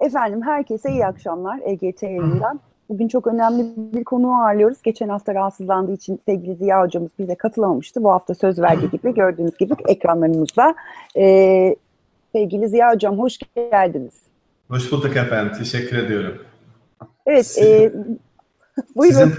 Efendim herkese iyi akşamlar EGT yayından. Bugün çok önemli bir konuğu ağırlıyoruz. Geçen hafta rahatsızlandığı için sevgili Ziya hocamız bize katılamamıştı. Bu hafta söz verdiği gibi gördüğünüz gibi ekranlarımızda. Sevgili Ziya hocam hoş geldiniz. Hoş bulduk efendim. Teşekkür ediyorum. Evet. Buyurun.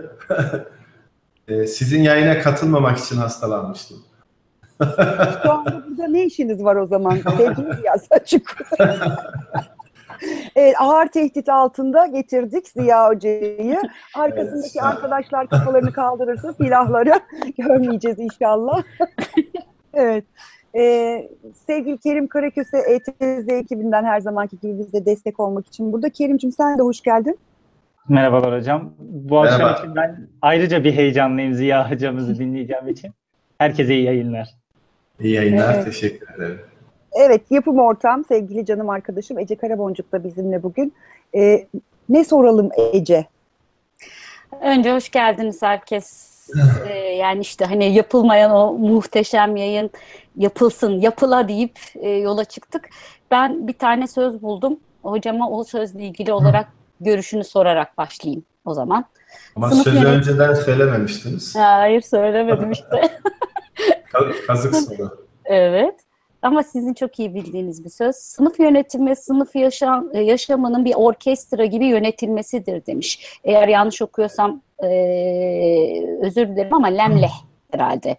Sizin yayına katılmamak için hastalanmıştım. Şu anda burada ne işiniz var o zaman? Sevgili Ziya Selçuk. Evet, ağır tehdit altında getirdik Ziya Hoca'yı. Arkasındaki Evet. arkadaşlar kafalarını kaldırırsa silahları görmeyeceğiz inşallah. Evet. Sevgili Kerim Karaköse ETZ ekibinden her zamanki gibi bize destek olmak için burada. Kerim'cim sen de hoş geldin. Merhabalar hocam. Bu akşam için ben ayrıca bir heyecanlıyım Ziya hocamızı dinleyeceğim için. Herkese iyi yayınlar. İyi yayınlar. Evet. Teşekkür ederim. Evet, yapım ortağım, sevgili canım arkadaşım Ece Karaboncuk da bizimle bugün. Ne soralım Ece? Önce hoş geldiniz herkes. Yani işte hani yapılmayan o muhteşem yayın yapılsın, yapıla deyip yola çıktık. Ben bir tane söz buldum. Hocama o sözle ilgili olarak görüşünü sorarak başlayayım o zaman. Ama sözü önceden söylememiştiniz. Hayır, söylemedim işte. Kazık soru. Evet. Ama sizin çok iyi bildiğiniz bir söz. Sınıf yönetimi, sınıf yaşamının bir orkestra gibi yönetilmesidir demiş. Eğer yanlış okuyorsam özür dilerim ama Lemleh herhalde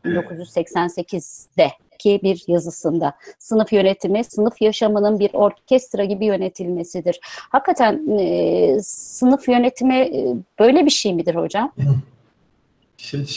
1988'deki bir yazısında. Sınıf yönetimi, sınıf yaşamının bir orkestra gibi yönetilmesidir. Hakikaten sınıf yönetimi böyle bir şey midir hocam? Şimdi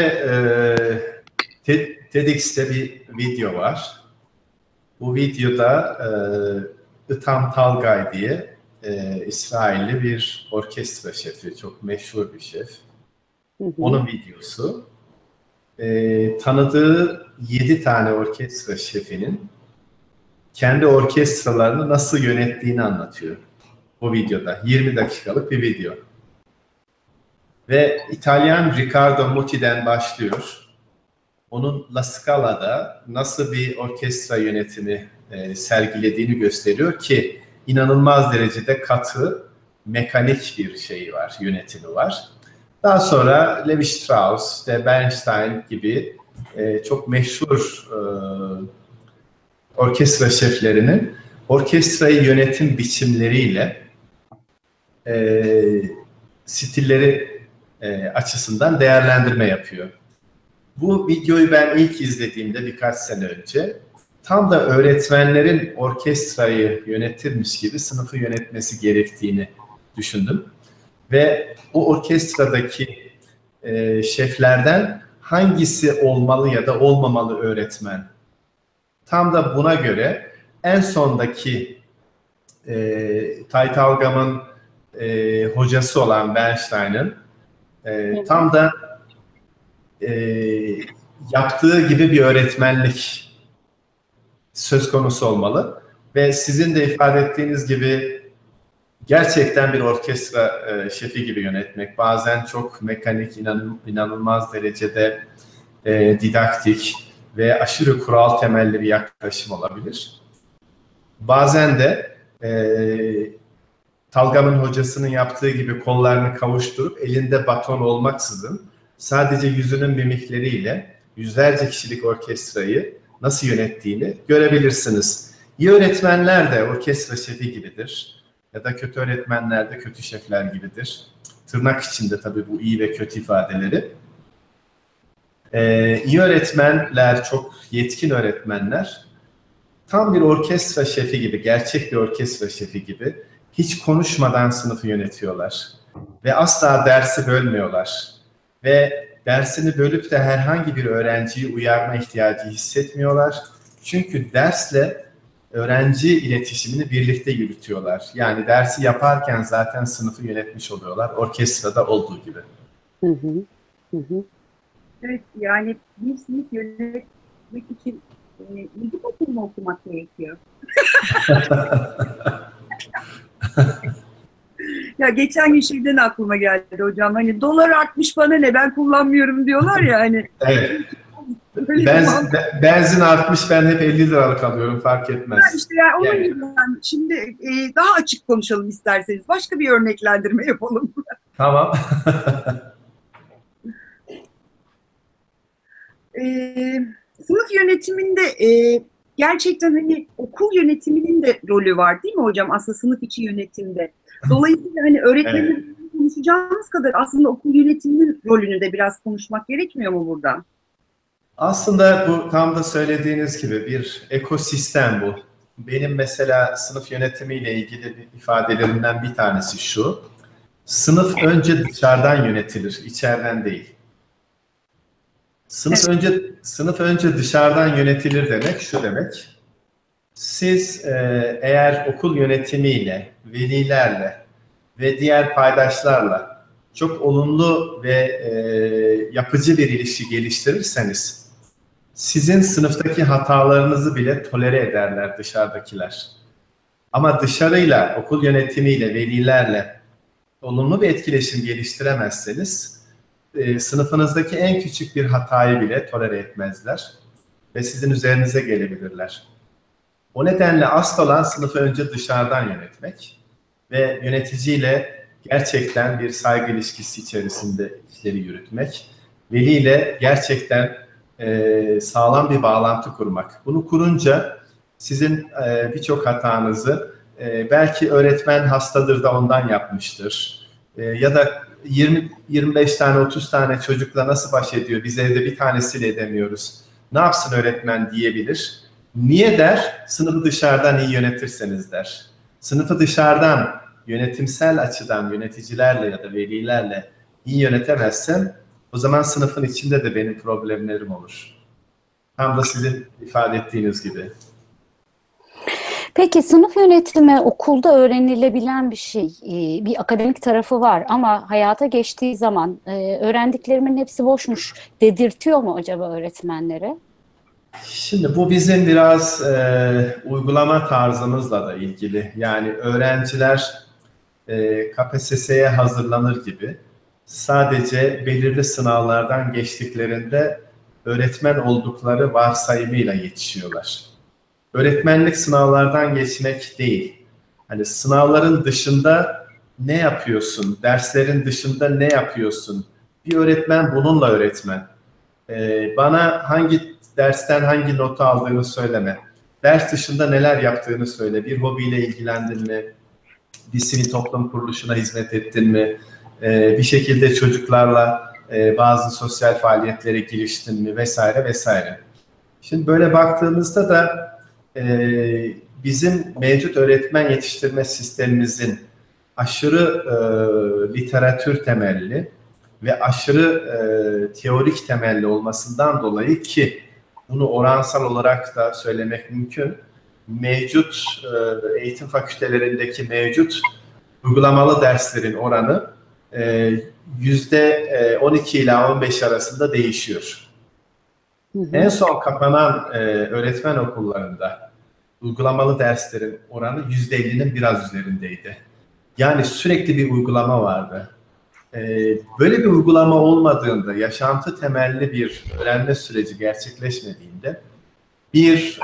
TEDx'te bir video var. Bu videoda Itam Talgay diye İsrailli bir orkestra şefi, çok meşhur bir şef. Onun videosu. Tanıdığı 7 tane orkestra şefinin kendi orkestralarını nasıl yönettiğini anlatıyor. Bu videoda. 20 dakikalık bir video. Ve İtalyan Riccardo Muti'den başlıyor. Onun La Scala'da nasıl bir orkestra yönetimi sergilediğini gösteriyor ki inanılmaz derecede katı, mekanik bir şey var, yönetimi var. Daha sonra Levi Strauss, Bernstein gibi çok meşhur orkestra şeflerinin orkestrayı yönetim biçimleriyle stilleri açısından değerlendirme yapıyor. Bu videoyu ben ilk izlediğimde birkaç sene önce tam da öğretmenlerin orkestrayı yönetirmiş gibi sınıfı yönetmesi gerektiğini düşündüm. Ve o orkestradaki şeflerden hangisi olmalı ya da olmamalı öğretmen? Tam da buna göre en sondaki Taytalgam'ın hocası olan Bernstein'ın tam da yaptığı gibi bir öğretmenlik söz konusu olmalı. Ve sizin de ifade ettiğiniz gibi gerçekten bir orkestra şefi gibi yönetmek. Bazen çok mekanik, inanılmaz derecede didaktik ve aşırı kural temelli bir yaklaşım olabilir. Bazen de Talgam'ın hocasının yaptığı gibi kollarını kavuşturup elinde baton olmaksızın sadece yüzünün mimikleriyle yüzlerce kişilik orkestrayı nasıl yönettiğini görebilirsiniz. İyi öğretmenler de orkestra şefi gibidir. Ya da kötü öğretmenler de kötü şefler gibidir. Tırnak içinde tabii bu iyi ve kötü ifadeleri. İyi öğretmenler, çok yetkin öğretmenler tam bir orkestra şefi gibi, gerçek bir orkestra şefi gibi hiç konuşmadan sınıfı yönetiyorlar. Ve asla dersi bölmüyorlar. Ve dersini bölüp de herhangi bir öğrenciyi uyarma ihtiyacı hissetmiyorlar. Çünkü dersle öğrenci iletişimini birlikte yürütüyorlar. Yani dersi yaparken zaten sınıfı yönetmiş oluyorlar. Orkestrada olduğu gibi. Evet, yani bir sınıf yönetmek için müzik okulu mu okumak gerekiyor? Ya geçen gün şeyden aklıma geldi hocam, hani dolar artmış bana ne, ben kullanmıyorum diyorlar ya hani. Evet. Benzin artmış, ben hep 50 liralık alıyorum, fark etmez. İşte yani onun gibi yani. Şimdi daha açık konuşalım isterseniz. Başka bir örneklendirme yapalım. Tamam. Sınıf yönetiminde gerçekten hani okul yönetiminin de rolü var değil mi hocam? Aslında sınıf içi yönetimde. Dolayısıyla hani öğretmenin konuşacağımız kadar aslında okul yönetiminin rolünü de biraz konuşmak gerekmiyor mu burada? Aslında bu tam da söylediğiniz gibi bir ekosistem bu. Benim mesela sınıf yönetimiyle ilgili ifadelerimden bir tanesi şu. Sınıf önce dışarıdan yönetilir, içeriden değil. Sınıf önce dışarıdan yönetilir demek şu demek. Siz eğer okul yönetimiyle, velilerle ve diğer paydaşlarla çok olumlu ve yapıcı bir ilişki geliştirirseniz, sizin sınıftaki hatalarınızı bile tolere ederler dışarıdakiler. Ama dışarıyla, okul yönetimiyle, velilerle olumlu bir etkileşim geliştiremezseniz, sınıfınızdaki en küçük bir hatayı bile tolere etmezler ve sizin üzerinize gelebilirler. O nedenle asıl olan sınıfı önce dışarıdan yönetmek ve yöneticiyle gerçekten bir saygı ilişkisi içerisinde işleri yürütmek, veliyle gerçekten sağlam bir bağlantı kurmak. Bunu kurunca sizin birçok hatanızı belki öğretmen hastadır da ondan yapmıştır ya da 20-25 tane 30 tane çocukla nasıl baş ediyor, biz evde bir tanesiyle edemiyoruz, ne yapsın öğretmen diyebilir. Niye der? Sınıfı dışarıdan iyi yönetirseniz der. Sınıfı dışarıdan yönetimsel açıdan yöneticilerle ya da velilerle iyi yönetemezsem o zaman sınıfın içinde de benim problemlerim olur. Tam da sizin ifade ettiğiniz gibi. Peki sınıf yönetimi okulda öğrenilebilen bir şey. Bir akademik tarafı var ama hayata geçtiği zaman öğrendiklerimin hepsi boşmuş dedirtiyor mu acaba öğretmenlere? Şimdi bu bizim biraz uygulama tarzımızla da ilgili. Yani öğrenciler KPSS'ye hazırlanır gibi sadece belirli sınavlardan geçtiklerinde öğretmen oldukları varsayımıyla yetişiyorlar. Öğretmenlik sınavlardan geçmek değil. Hani sınavların dışında ne yapıyorsun? Derslerin dışında ne yapıyorsun? Bir öğretmen bununla öğretmen. Bana hangi dersten hangi notu aldığını söyleme. Ders dışında neler yaptığını söyle. Bir hobiyle ilgilendin mi? Bir sivil toplum kuruluşuna hizmet ettin mi? Bir şekilde çocuklarla bazı sosyal faaliyetlere giriştin mi? Vesaire vesaire. Şimdi böyle baktığımızda da bizim mevcut öğretmen yetiştirme sistemimizin aşırı literatür temelli ve aşırı teorik temelli olmasından dolayı ki bunu oransal olarak da söylemek mümkün. Mevcut eğitim fakültelerindeki mevcut uygulamalı derslerin oranı %12 ila 15 arasında değişiyor. En son kapanan öğretmen okullarında uygulamalı derslerin oranı %50'nin biraz üzerindeydi. Yani sürekli bir uygulama vardı. Böyle bir uygulama olmadığında, yaşantı temelli bir öğrenme süreci gerçekleşmediğinde bir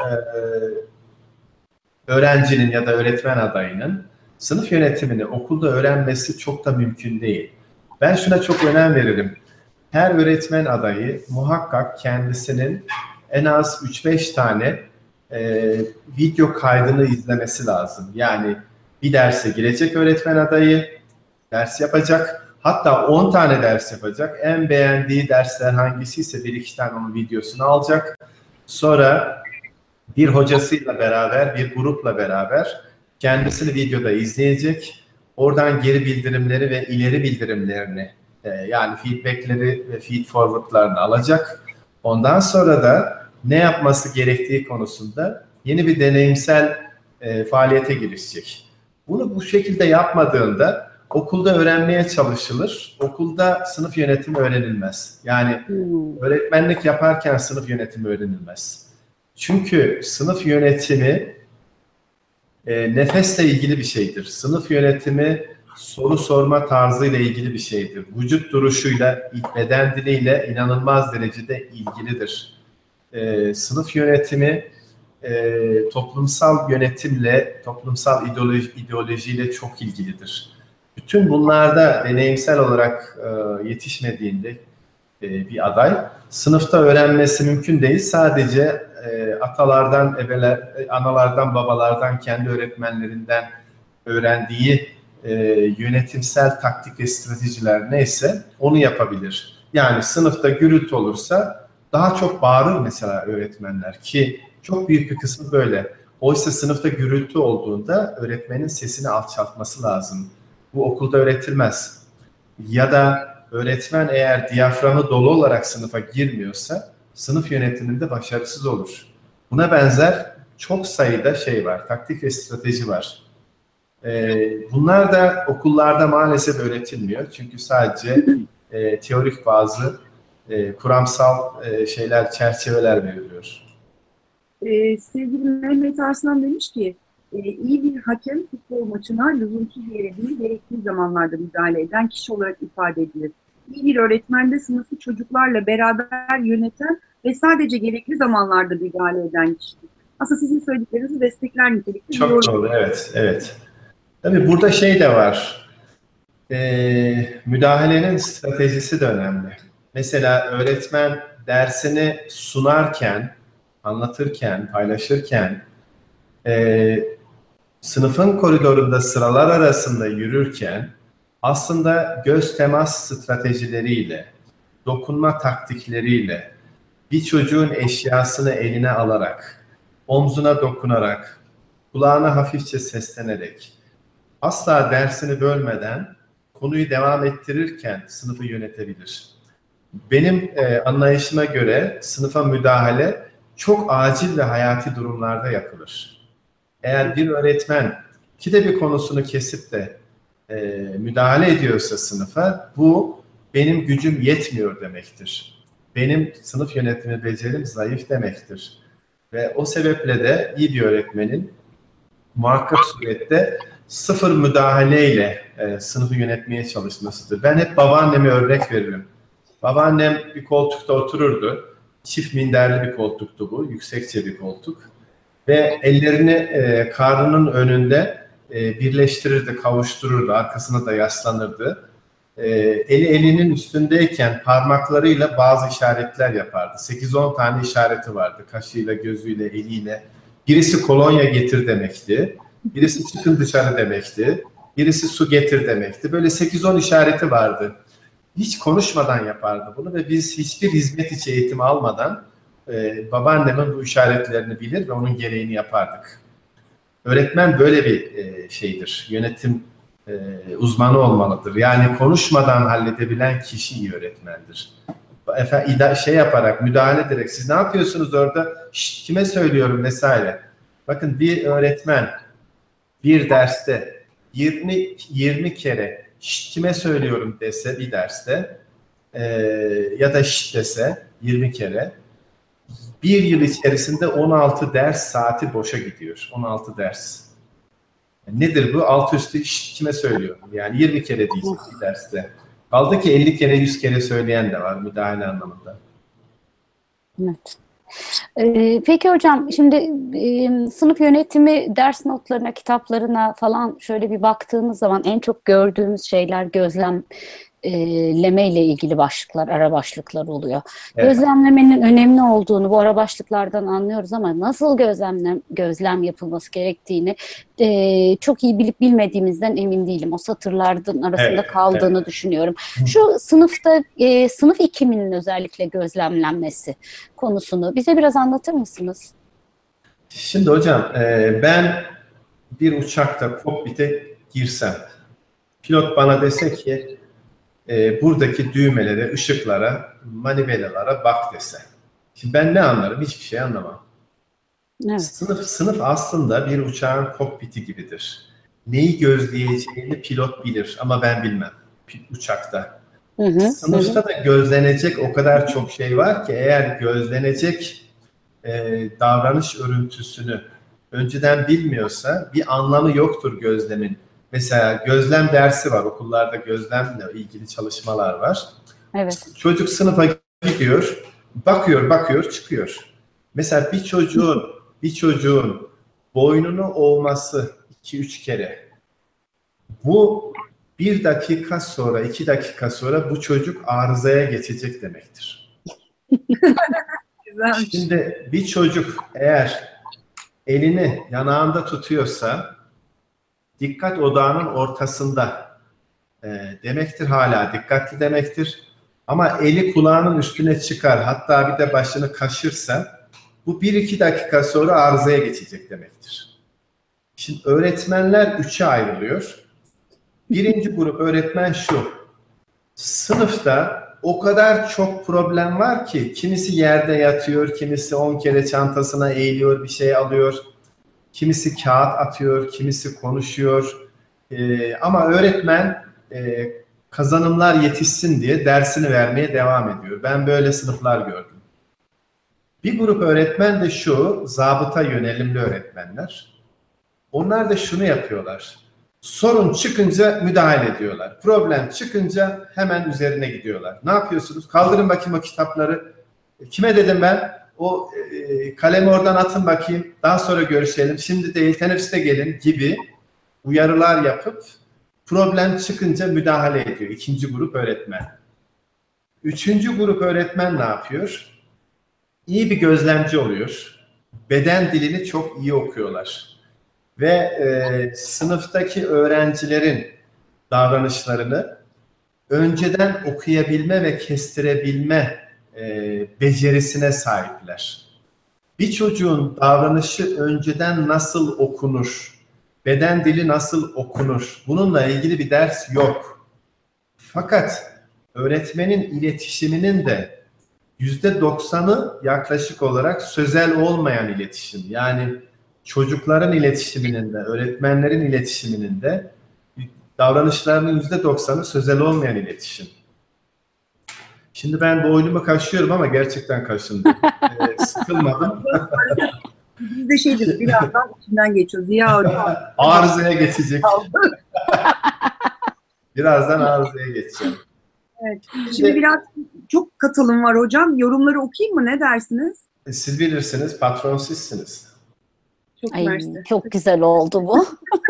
öğrencinin ya da öğretmen adayının sınıf yönetimini okulda öğrenmesi çok da mümkün değil. Ben şuna çok önem veririm. Her öğretmen adayı muhakkak kendisinin en az 3-5 tane video kaydını izlemesi lazım. Yani bir derse girecek öğretmen adayı, ders yapacak. Hatta 10 tane ders yapacak. En beğendiği dersler hangisiyse 1-2 tane onun videosunu alacak. Sonra bir hocasıyla beraber, bir grupla beraber kendisini videoda izleyecek. Oradan geri bildirimleri ve ileri bildirimlerini yani feedbackleri ve feed forwardlarını alacak. Ondan sonra da ne yapması gerektiği konusunda yeni bir deneyimsel faaliyete girişecek. Bunu bu şekilde yapmadığında okulda öğrenmeye çalışılır. Okulda sınıf yönetimi öğrenilmez. Yani öğretmenlik yaparken sınıf yönetimi öğrenilmez. Çünkü sınıf yönetimi nefesle ilgili bir şeydir. Sınıf yönetimi soru sorma tarzıyla ilgili bir şeydir. Vücut duruşuyla, beden diliyle inanılmaz derecede ilgilidir. sınıf yönetimi toplumsal yönetimle, toplumsal ideolojiyle çok ilgilidir. Bütün bunlarda deneyimsel olarak yetişmediğinde bir aday sınıfta öğrenmesi mümkün değil. Sadece atalardan, analardan, babalardan, kendi öğretmenlerinden öğrendiği yönetimsel taktik ve stratejiler neyse onu yapabilir. Yani sınıfta gürültü olursa daha çok bağırır mesela öğretmenler ki çok büyük bir kısmı böyle. Oysa sınıfta gürültü olduğunda öğretmenin sesini alçaltması lazım. Bu okulda öğretilmez. Ya da öğretmen eğer diyaframı dolu olarak sınıfa girmiyorsa sınıf yönetiminde başarısız olur. Buna benzer çok sayıda şey var, taktik ve strateji var. Bunlar da okullarda maalesef öğretilmiyor. Çünkü sadece teorik bazı kuramsal şeyler, çerçeveler veriliyor. Sevgili Mehmet Arslan demiş ki iyi bir hakem futbol maçına lüzumsuz yere değil gerektiği zamanlarda müdahale eden kişi olarak ifade edilir. İyi bir öğretmen de sınıfı çocuklarla beraber yöneten ve sadece gerekli zamanlarda müdahale eden kişidir. Aslında sizin söylediklerinizi destekler nitelikte. Çok doğru, evet, evet. Tabii burada şey de var, müdahalenin stratejisi de önemli. Mesela öğretmen dersini sunarken, anlatırken, paylaşırken, sınıfın koridorunda sıralar arasında yürürken aslında göz temas stratejileriyle, dokunma taktikleriyle, bir çocuğun eşyasını eline alarak, omzuna dokunarak, kulağına hafifçe seslenerek, asla dersini bölmeden konuyu devam ettirirken sınıfı yönetebilir. Benim anlayışıma göre sınıfa müdahale çok acil ve hayati durumlarda yapılır. Eğer bir öğretmen ikide bir konusunu kesip de müdahale ediyorsa sınıfa, bu benim gücüm yetmiyor demektir. Benim sınıf yönetimi becerim zayıf demektir. Ve o sebeple de iyi bir öğretmenin muhakkak surette sıfır müdahaleyle sınıfı yönetmeye çalışmasıdır. Ben hep babaanneme örnek veririm. Babaannem bir koltukta otururdu. Çift minderli bir koltuktu bu, yüksekçe bir koltuk. Ve ellerini karnının önünde birleştirirdi, kavuştururdu, arkasına da yaslanırdı. Eli elinin üstündeyken parmaklarıyla bazı işaretler yapardı. 8-10 tane işareti vardı, kaşıyla, gözüyle, eliyle. Birisi kolonya getir demekti, birisi çıkın dışarı demekti, birisi su getir demekti. Böyle 8-10 işareti vardı. Hiç konuşmadan yapardı bunu ve biz hiçbir hizmet içi eğitimi almadan babaannemin bu işaretlerini bilir ve onun gereğini yapardık. Öğretmen böyle bir şeydir, yönetim uzmanı olmalıdır. Yani konuşmadan halledebilen kişi iyi öğretmendir. Şey yaparak, müdahale ederek, siz ne yapıyorsunuz orada, şşt, kime söylüyorum vesaire. Bakın bir öğretmen bir derste 20 kere şşt, kime söylüyorum dese bir derste ya da şşt dese 20 kere, bir yıl içerisinde 16 ders saati boşa gidiyor. 16 ders. Nedir bu? Altı üstü kime söylüyorum? Yani 20 kere diyecek bir derste. Kaldı ki 50 kere 100 kere söyleyen de var müdahale anlamında. Evet. Peki hocam, şimdi sınıf yönetimi ders notlarına, kitaplarına falan şöyle bir baktığımız zaman en çok gördüğümüz şeyler gözlemleme ile ilgili başlıklar, ara başlıklar oluyor. Evet. Gözlemlemenin önemli olduğunu bu ara başlıklardan anlıyoruz ama nasıl gözlem yapılması gerektiğini çok iyi bilip bilmediğimizden emin değilim. O satırların arasında kaldığını düşünüyorum. Şu sınıfta, sınıf ikiminin özellikle gözlemlenmesi konusunu bize biraz anlatır mısınız? Şimdi hocam, ben bir uçakta kokpite girsem, pilot bana dese ki buradaki düğmelere, ışıklara, manivelalara bak dese. Şimdi ben ne anlarım? Hiçbir şey anlamam. Evet. Sınıf aslında bir uçağın kokpiti gibidir. Neyi gözleyeceğini pilot bilir ama ben bilmem uçakta. Sınıfta da gözlenecek o kadar çok şey var ki eğer gözlenecek davranış örüntüsünü önceden bilmiyorsa bir anlamı yoktur gözlemin. Mesela gözlem dersi var. Okullarda gözlemle ilgili çalışmalar var. Evet. Çocuk sınıfa gidiyor, bakıyor, çıkıyor. Mesela bir çocuğun boynunu ovması 2-3 kere, bu 1 dakika sonra, 2 dakika sonra bu çocuk arızaya geçecek demektir. Güzelmiş. Şimdi bir çocuk eğer elini yanağında tutuyorsa dikkat odağının ortasında demektir, hala dikkatli demektir. Ama eli kulağının üstüne çıkar, hatta bir de başını kaşırsa bu 1-2 dakika sonra arızaya geçecek demektir. Şimdi öğretmenler 3'e ayrılıyor. Birinci grup öğretmen şu: sınıfta o kadar çok problem var ki kimisi yerde yatıyor, kimisi 10 kere çantasına eğiliyor, bir şey alıyor, kimisi kağıt atıyor, kimisi konuşuyor. Ama öğretmen kazanımlar yetişsin diye dersini vermeye devam ediyor. Ben böyle sınıflar gördüm. Bir grup öğretmen de şu, zabıta yönelimli öğretmenler. Onlar da şunu yapıyorlar: sorun çıkınca müdahale ediyorlar. Problem çıkınca hemen üzerine gidiyorlar. Ne yapıyorsunuz? Kaldırın bakayım o kitapları. Kime dedim ben? O kalemi oradan atın bakayım. Daha sonra görüşelim. Şimdi değil, teneffüste gelin gibi uyarılar yapıp problem çıkınca müdahale ediyor. İkinci grup öğretmen. Üçüncü grup öğretmen ne yapıyor? İyi bir gözlemci oluyor. Beden dilini çok iyi okuyorlar. Ve sınıftaki öğrencilerin davranışlarını önceden okuyabilme ve kestirebilme becerisine sahipler. Bir çocuğun davranışı önceden nasıl okunur, beden dili nasıl okunur, bununla ilgili bir ders yok. Fakat öğretmenin iletişiminin de %90'ı yaklaşık olarak sözel olmayan iletişim. Yani çocukların iletişiminin de, öğretmenlerin iletişiminin de davranışlarının %90'ı sözel olmayan iletişim. Şimdi ben boynumu kaşıyorum ama gerçekten kaşındım. Sıkılmadım. Biz de şeydir, birazdan içinden geçiyoruz. Ziya Hocam. Arızaya geçecek. Birazdan arızaya geçeceğim. Evet. Şimdi biraz çok katılım var hocam. Yorumları okuyayım mı? Ne dersiniz? Siz bilirsiniz, patron sizsiniz. Çok Ay, mersi. çok güzel oldu bu.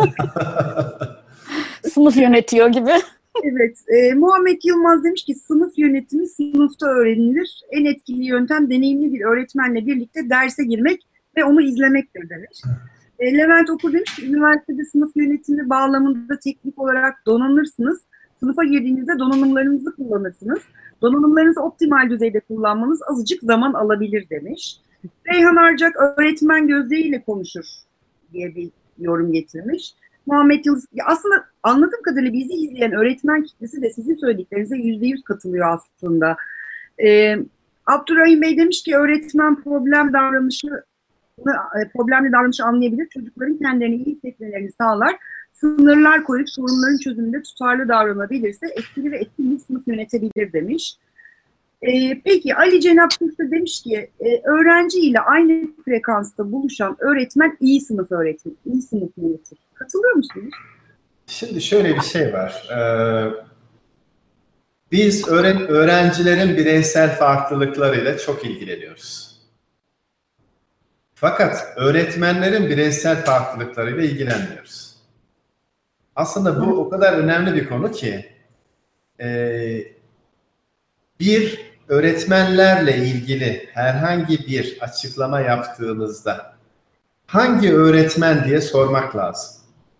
Sınıf yönetiyor gibi. Evet. Muhammed Yılmaz demiş ki sınıf yönetimi sınıfta öğrenilir. En etkili yöntem deneyimli bir öğretmenle birlikte derse girmek ve onu izlemektir demiş. Levent Okur demiş ki üniversitede sınıf yönetimi bağlamında teknik olarak donanırsınız. Sınıfa girdiğinizde donanımlarınızı kullanırsınız. Donanımlarınızı optimal düzeyde kullanmanız azıcık zaman alabilir demiş. Reyhan Arcak öğretmen gözleriyle konuşur diye bir yorum getirmiş. Muhammed Yıldız, aslında anladığım kadarıyla bizi izleyen öğretmen kitlesi de sizin söylediklerinize %100 katılıyor aslında. Abdurrahim Bey demiş ki öğretmen problemli davranışı anlayabilir, çocukların kendilerini iyi hissetmelerini sağlar, sınırlar koyup sorunların çözümünde tutarlı davranabilirse etkili ve etkili bir sınıf yönetebilir demiş. Peki Ali Cenap Kuş'ta demiş ki öğrenci ile aynı frekansta buluşan öğretmen iyi sınıf öğretir, iyi sınıf yönetir. Katılıyor musunuz? Şimdi şöyle bir şey var. Biz öğrencilerin bireysel farklılıklarıyla çok ilgileniyoruz. Fakat öğretmenlerin bireysel farklılıklarıyla ilgilenmiyoruz. Aslında bu o kadar önemli bir konu ki bir öğretmenlerle ilgili herhangi bir açıklama yaptığınızda hangi öğretmen diye sormak lazım.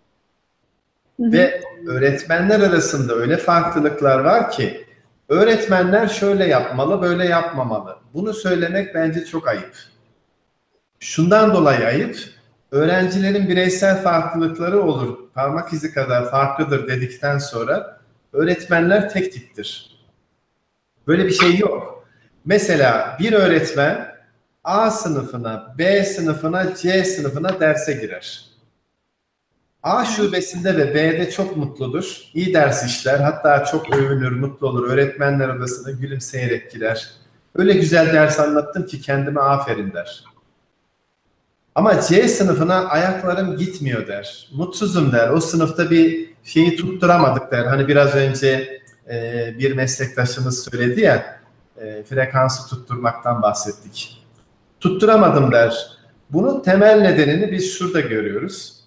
Ve öğretmenler arasında öyle farklılıklar var ki öğretmenler şöyle yapmalı, böyle yapmamalı. Bunu söylemek bence çok ayıp. Şundan dolayı ayıp, öğrencilerin bireysel farklılıkları olur, parmak izi kadar farklıdır dedikten sonra öğretmenler tek tiptir. Böyle bir şey yok. Mesela bir öğretmen A sınıfına, B sınıfına, C sınıfına derse girer. A şubesinde ve B'de çok mutludur. İyi ders işler. Hatta çok övünür, mutlu olur. Öğretmenler odasına gülümseyerek girer. Öyle güzel ders anlattım ki kendime aferin der. Ama C sınıfına ayaklarım gitmiyor der. Mutsuzum der. O sınıfta bir şeyi tutturamadık der. Hani biraz önce bir meslektaşımız söyledi ya, frekansı tutturmaktan bahsettik. Tutturamadım der. Bunun temel nedenini biz şurada görüyoruz.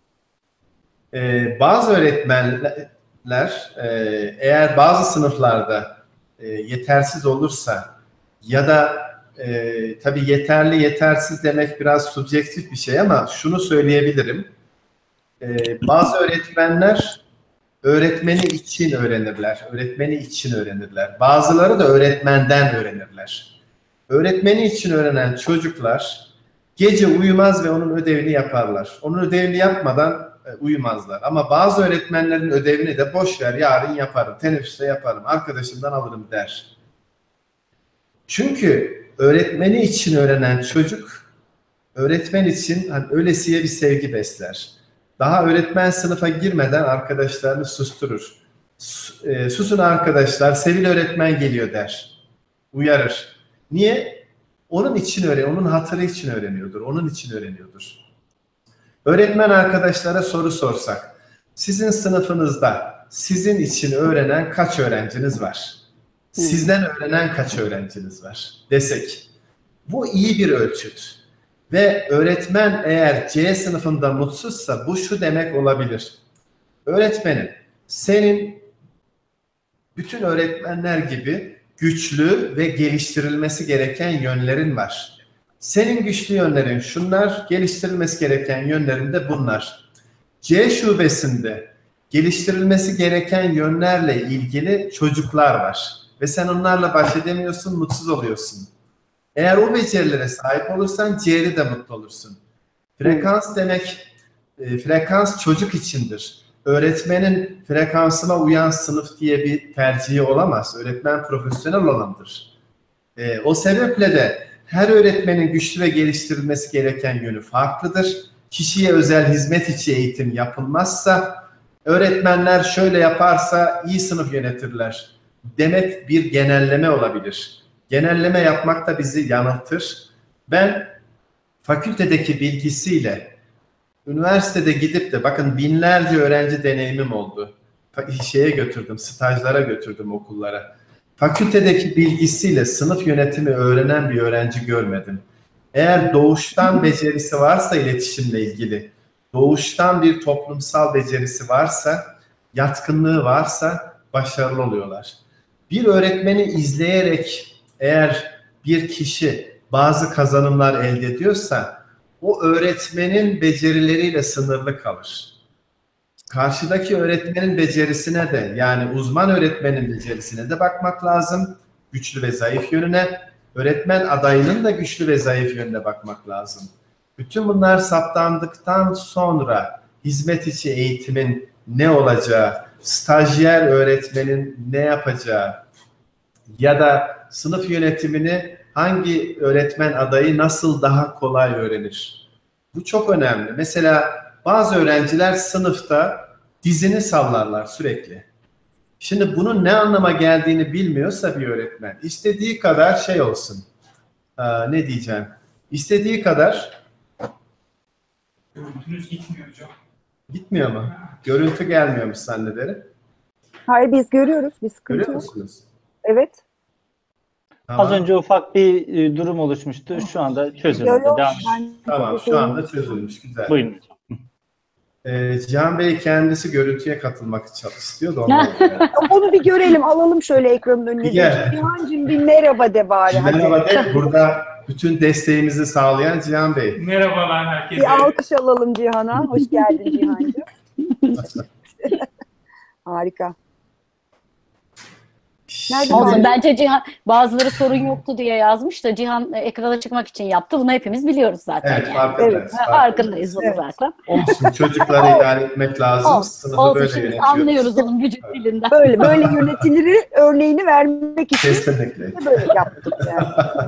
Bazı öğretmenler eğer bazı sınıflarda yetersiz olursa ya da tabii yeterli yetersiz demek biraz subjektif bir şey ama şunu söyleyebilirim. Bazı öğretmenler öğretmeni için öğrenirler. Öğretmeni için öğrenirler. Bazıları da öğretmenden öğrenirler. Öğretmeni için öğrenen çocuklar gece uyumaz ve onun ödevini yaparlar. Onun ödevini yapmadan uyumazlar. Ama bazı öğretmenlerin ödevini de boş ver yarın yaparım, teneffüste yaparım, arkadaşımdan alırım der. Çünkü öğretmeni için öğrenen çocuk öğretmen için hani öylesiye bir sevgi besler. Daha öğretmen sınıfa girmeden arkadaşlarını susturur. Susun arkadaşlar, Sevil öğretmen geliyor der. Uyarır. Niye? Onun için öğreniyor, onun hatırı için öğreniyordur, onun için öğreniyordur. Öğretmen arkadaşlara soru sorsak, sizin sınıfınızda sizin için öğrenen kaç öğrenciniz var? Sizden öğrenen kaç öğrenciniz var desek. Bu iyi bir ölçüt. Ve öğretmen eğer C sınıfında mutsuzsa bu şu demek olabilir. Öğretmenim, senin bütün öğretmenler gibi güçlü ve geliştirilmesi gereken yönlerin var. Senin güçlü yönlerin şunlar, geliştirilmesi gereken yönlerin de bunlar. C şubesinde geliştirilmesi gereken yönlerle ilgili çocuklar var. Ve sen onlarla baş edemiyorsun, mutsuz oluyorsun. Eğer o becerilere sahip olursan C'de de mutlu olursun. Frekans demek, frekans çocuk içindir. Öğretmenin frekansına uyan sınıf diye bir tercihi olamaz. Öğretmen profesyonel olandır. O sebeple de her öğretmenin güçlü ve geliştirilmesi gereken yönü farklıdır. Kişiye özel hizmet içi eğitim yapılmazsa, öğretmenler şöyle yaparsa iyi sınıf yönetirler demek bir genelleme olabilir. Genelleme yapmak da bizi yanıltır. Ben fakültedeki bilgisiyle üniversitede gidip de bakın binlerce öğrenci deneyimim oldu. Şeye götürdüm, stajlara götürdüm okullara. Fakültedeki bilgisiyle sınıf yönetimi öğrenen bir öğrenci görmedim. Eğer doğuştan becerisi varsa iletişimle ilgili, doğuştan bir toplumsal becerisi varsa, yatkınlığı varsa başarılı oluyorlar. Bir öğretmeni izleyerek eğer bir kişi bazı kazanımlar elde ediyorsa o öğretmenin becerileriyle sınırlı kalır. Karşıdaki öğretmenin becerisine de yani uzman öğretmenin becerisine de bakmak lazım. Güçlü ve zayıf yönüne, öğretmen adayının da güçlü ve zayıf yönüne bakmak lazım. Bütün bunlar saptandıktan sonra hizmet içi eğitimin ne olacağı, stajyer öğretmenin ne yapacağı ya da sınıf yönetimini hangi öğretmen adayı nasıl daha kolay öğrenir? Bu çok önemli. Mesela bazı öğrenciler sınıfta dizini sallarlar sürekli. Şimdi bunun ne anlama geldiğini bilmiyorsa bir öğretmen istediği kadar şey olsun. Ne diyeceğim? İstediği kadar görüntünüz gitmiyor hocam. Gitmiyor mu? Görüntü gelmiyormuş zannederim. Hayır biz görüyoruz. Bir sıkıntı Görüyor yok. musunuz? Evet. Tamam. Az önce ufak bir durum oluşmuştu. Şu anda çözüldü. Yok, yok, Devam Tamam şu anda çözülmüş. Güzel. Buyurun. Cihan Bey kendisi görüntüye katılmak istiyor da ondan. Onu bir görelim. Alalım şöyle ekranın önüne. Gel. Cihan'cığım bir merhaba de bari. Hadi. Merhaba de burada bütün desteğimizi sağlayan Cihan Bey. Merhabalar herkese. Bir alkış alalım Cihan'a. Hoş geldin Cihan'cığım. Harika. Nerede Olsun. kaldı? Bence Cihan bazıları sorun yoktu diye yazmış da Cihan ekrana çıkmak için yaptı. Bunu hepimiz biliyoruz zaten. Evet, yani. farkındayız. Evet, Farkındayız bunu Evet. zaten. Olsun, çocukları idare etmek lazım. Olsun, Sınıfı olsun böyle şimdi yönetiyoruz. anlıyoruz onun vücut dilinden. Böyle yönetilir örneğini vermek için Kesinlikle. böyle yaptık yani.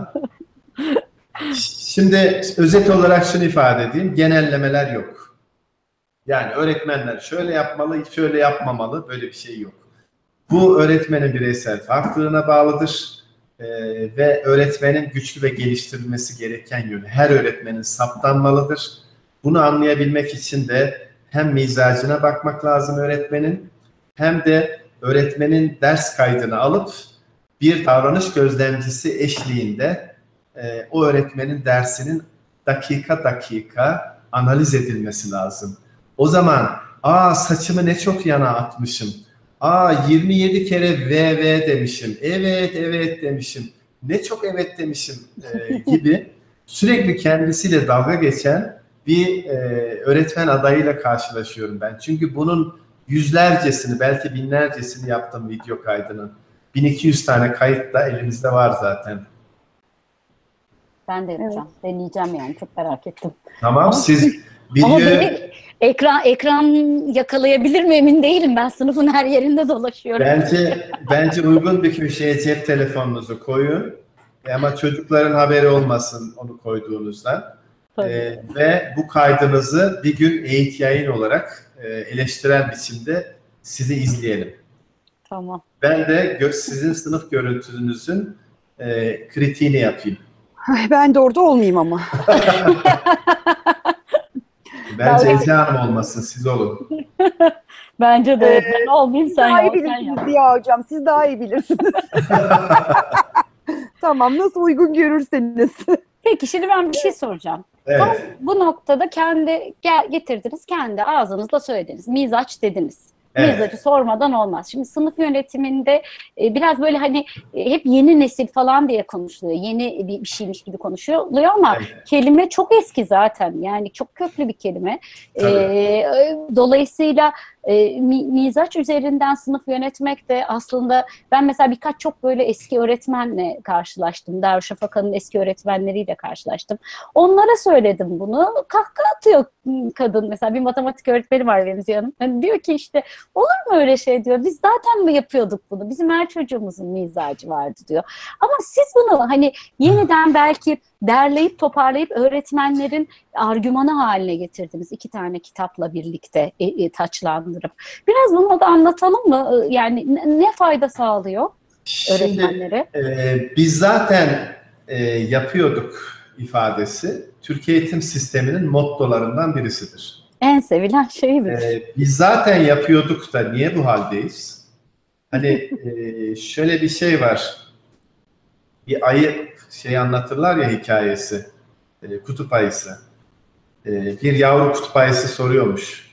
Şimdi özet olarak şunu ifade edeyim. Genellemeler yok. Yani öğretmenler şöyle yapmalı, şöyle yapmamalı. Böyle bir şey yok. Bu öğretmenin bireysel farklılığına bağlıdır. Ve öğretmenin güçlü ve geliştirilmesi gereken yönü her öğretmenin saptanmalıdır. Bunu anlayabilmek için de hem mizacına bakmak lazım öğretmenin hem de öğretmenin ders kaydını alıp bir davranış gözlemcisi eşliğinde o öğretmenin dersinin dakika dakika analiz edilmesi lazım. O zaman saçımı ne çok yana atmışım. 27 kere ve demişim. Evet demişim. Ne çok evet demişim gibi sürekli kendisiyle dalga geçen bir öğretmen adayıyla karşılaşıyorum ben. Çünkü bunun yüzlercesini, belki binlercesini yaptım video kaydının. 1200 tane kayıt da elimizde var zaten. Ben de yapacağım. Deneyeceğim yani. Çok merak ettim. Tamam, siz Ama video... beni ekran yakalayabilir mi emin değilim. Ben sınıfın her yerinde dolaşıyorum. Bence uygun bir köşeye cep telefonunuzu koyun. Ama çocukların haberi olmasın onu koyduğunuzdan. Ve bu kaydınızı bir gün eğit yayın olarak eleştirel biçimde sizi izleyelim. Tamam. Ben de sizin sınıf görüntünüzün kritiğini yapayım. Ben de orada olmayayım ama. Bence Ece Hanım olmasın, siz olun. Bence de. Ben olmayayım, sen daha iyi yap. bilirsiniz Ziya Hocam. Siz daha iyi bilirsiniz. Tamam, nasıl uygun görürseniz. Peki şimdi ben bir şey soracağım. Evet. Bu noktada getirdiniz, kendi ağzınızla söylediniz. Mizaç dediniz. Evet. Mizacı sormadan olmaz. Şimdi sınıf yönetiminde biraz böyle hani hep yeni nesil falan diye konuşuluyor. Yeni bir şeymiş gibi konuşuluyor ama kelime çok eski zaten. Yani çok köklü bir kelime. Dolayısıyla mizaç üzerinden sınıf yönetmek de aslında, ben mesela birkaç çok böyle eski öğretmenle karşılaştım. Darüşşafaka'nın eski öğretmenleriyle karşılaştım. Onlara söyledim bunu. Kahkaha atıyor kadın. Mesela bir matematik öğretmeni var benim Ziya Hanım. Yani diyor ki işte olur mu öyle şey diyor. Biz zaten mi yapıyorduk bunu? Bizim her çocuğumuzun mizacı vardı diyor. Ama siz bunu hani yeniden belki derleyip toparlayıp öğretmenlerin argümanı haline getirdiniz. 2 tane kitapla birlikte taçlandırıp. Biraz bunu da anlatalım mı? Yani ne fayda sağlıyor öğretmenlere? Biz zaten yapıyorduk ifadesi Türkiye eğitim sisteminin mottolarından birisidir. En sevilen şey midir? Biz zaten yapıyorduk da niye bu haldeyiz? Hani şöyle bir şey var. Bir ayı anlatırlar ya, hikayesi. Kutup ayısı. Bir yavru kutup ayısı soruyormuş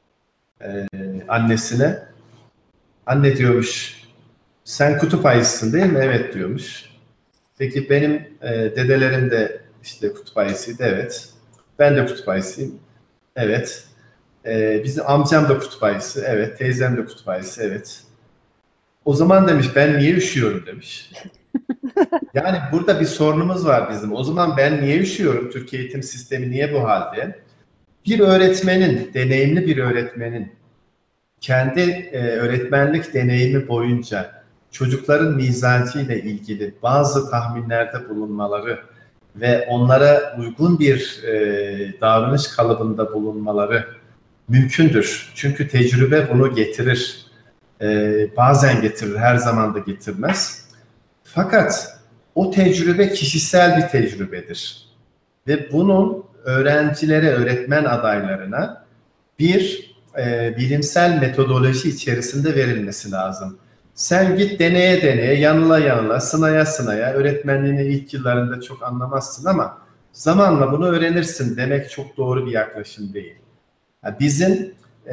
annesine. Anne diyormuş, sen kutup ayısısın değil mi? Evet diyormuş. Peki benim dedelerim de işte kutup ayısıydı, evet. Ben de kutup ayısıyım, evet. Bizim amcam da kutup ayısı, evet. Teyzem de kutup ayısı, evet. O zaman demiş, ben niye üşüyorum demiş. Yani burada bir sorunumuz var bizim. O zaman ben niye üşüyorum? Türkiye eğitim sistemi niye bu halde? Bir öğretmenin, deneyimli bir öğretmenin kendi öğretmenlik deneyimi boyunca çocukların mizacıyla ilgili bazı tahminlerde bulunmaları ve onlara uygun bir davranış kalıbında bulunmaları mümkündür. Çünkü tecrübe bunu getirir. Bazen getirir, her zaman da getirmez. Fakat o tecrübe kişisel bir tecrübedir. Ve bunun öğrencilere, öğretmen adaylarına bir bilimsel metodoloji içerisinde verilmesi lazım. Sen git deneye deneye, yanıla yanıla, sınaya sınaya, öğretmenliğini ilk yıllarında çok anlamazsın ama zamanla bunu öğrenirsin demek çok doğru bir yaklaşım değil. Yani bizim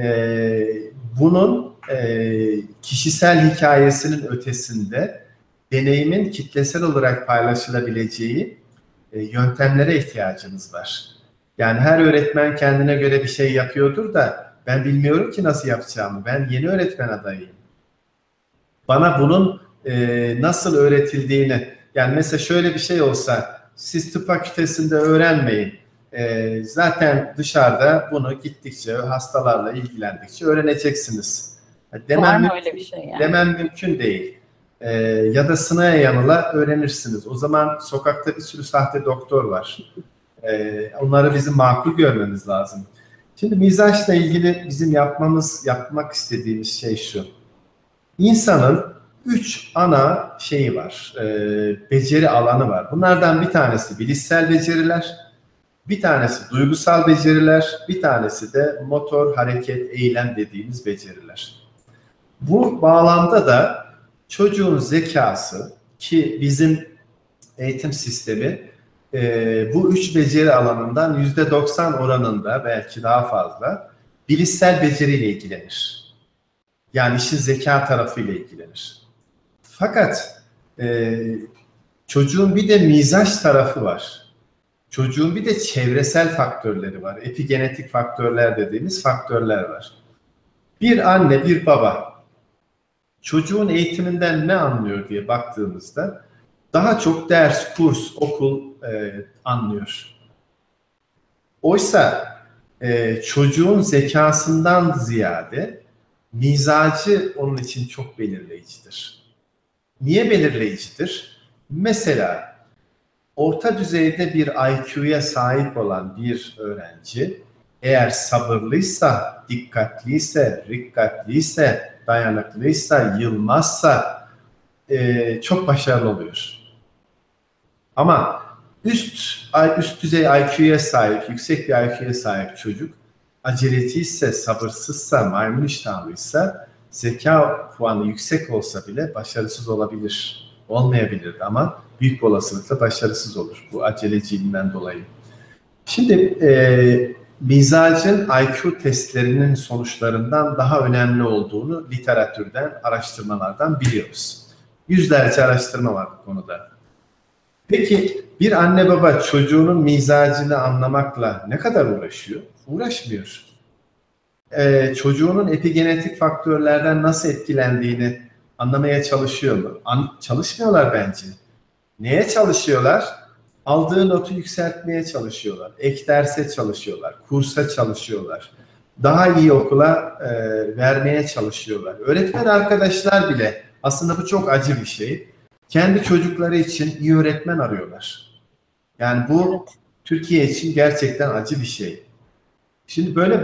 bunun kişisel hikayesinin ötesinde deneyimin kitlesel olarak paylaşılabileceği yöntemlere ihtiyacımız var. Yani her öğretmen kendine göre bir şey yapıyordur da ben bilmiyorum ki nasıl yapacağımı. Ben yeni öğretmen adayıyım. Bana bunun nasıl öğretildiğini, yani mesela şöyle bir şey olsa, siz tıp fakültesinde öğrenmeyin. Zaten dışarıda bunu gittikçe, hastalarla ilgilendikçe öğreneceksiniz. Var mı öyle bir şey yani? Demem mümkün değil. Ya da sınaya yanıla öğrenirsiniz. O zaman sokakta bir sürü sahte doktor var. Onları bizim makul görmemiz lazım. Şimdi mizaçla ilgili bizim yapmak istediğimiz şey şu. İnsanın 3 ana şeyi var, beceri alanı var. Bunlardan bir tanesi bilişsel beceriler, bir tanesi duygusal beceriler, bir tanesi de motor, hareket, eylem dediğimiz beceriler. Bu bağlamda da çocuğun zekası, ki bizim eğitim sistemi bu 3 beceri alanından %90 oranında, belki daha fazla, bilişsel beceriyle ilgilenir. Yani işin zeka tarafıyla ilgilenir. Fakat çocuğun bir de mizaç tarafı var. Çocuğun bir de çevresel faktörleri var. Epigenetik faktörler dediğimiz faktörler var. Bir anne, bir baba çocuğun eğitiminden ne anlıyor diye baktığımızda daha çok ders, kurs, okul anlıyor. Oysa çocuğun zekasından ziyade mizacı onun için çok belirleyicidir. Niye belirleyicidir? Mesela orta düzeyde bir IQ'ya sahip olan bir öğrenci eğer sabırlıysa, dikkatliyse, rikkatliyse, dayanıklıysa, yılmazsa çok başarılı oluyor. Ama üst düzey IQ'ya sahip, yüksek bir IQ'ya sahip çocuk aceleciyse, sabırsızsa, maymun iştahlıysa, zeka puanı yüksek olsa bile başarısız olabilir. Olmayabilir ama büyük bir olasılıkla başarısız olur bu aceleciliğinden dolayı. Şimdi mizacın IQ testlerinin sonuçlarından daha önemli olduğunu literatürden, araştırmalardan biliyoruz. Yüzlerce araştırma var bu konuda. Peki bir anne baba çocuğunun mizacını anlamakla ne kadar uğraşıyor? Uğraşmıyor. Çocuğunun epigenetik faktörlerden nasıl etkilendiğini anlamaya çalışıyor mu? Çalışmıyorlar bence. Neye çalışıyorlar? Aldığı notu yükseltmeye çalışıyorlar. Ek derse çalışıyorlar. Kursa çalışıyorlar. Daha iyi okula vermeye çalışıyorlar. Öğretmen arkadaşlar bile, aslında bu çok acı bir şey, kendi çocukları için iyi öğretmen arıyorlar. Yani bu Türkiye için gerçekten acı bir şey. Şimdi böyle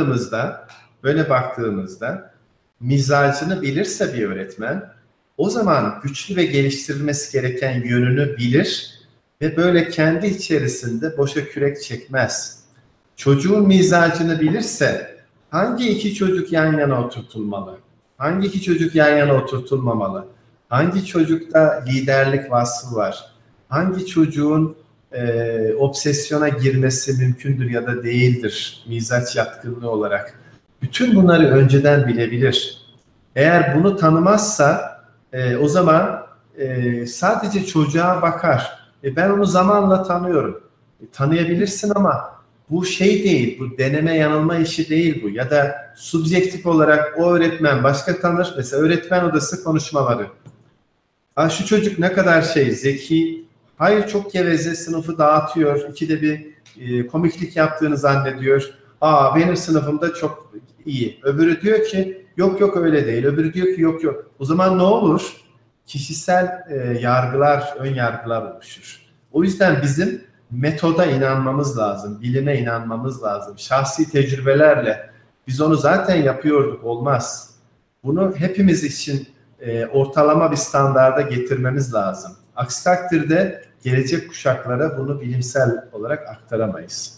baktığımızda mizacını bilirse bir öğretmen, o zaman güçlü ve geliştirilmesi gereken yönünü bilir ve böyle kendi içerisinde boşa kürek çekmez. Çocuğun mizacını bilirse hangi iki çocuk yan yana oturtulmalı? Hangi iki çocuk yan yana oturtulmamalı? Hangi çocukta liderlik vasfı var? Hangi çocuğun obsesyona girmesi mümkündür ya da değildir mizaç yatkınlığı olarak? Bütün bunları önceden bilebilir. Eğer bunu tanımazsa o zaman sadece çocuğa bakar. Ben onu zamanla tanıyorum. Tanıyabilirsin ama bu şey değil, bu deneme yanılma işi değil bu. Ya da subjektif olarak o öğretmen başka tanır. Mesela öğretmen odası konuşmaları. Şu çocuk ne kadar zeki. Hayır, çok geveze, sınıfı dağıtıyor. İkide bir komiklik yaptığını zannediyor. Benim sınıfımda çok iyi. Öbürü diyor ki yok öyle değil. Öbürü diyor ki yok. O zaman ne olur? Kişisel yargılar, ön yargılar oluşur. O yüzden bizim metoda inanmamız lazım, bilime inanmamız lazım. Şahsi tecrübelerle biz onu zaten yapıyorduk, olmaz. Bunu hepimiz için ortalama bir standarda getirmemiz lazım. Aksi takdirde gelecek kuşaklara bunu bilimsel olarak aktaramayız.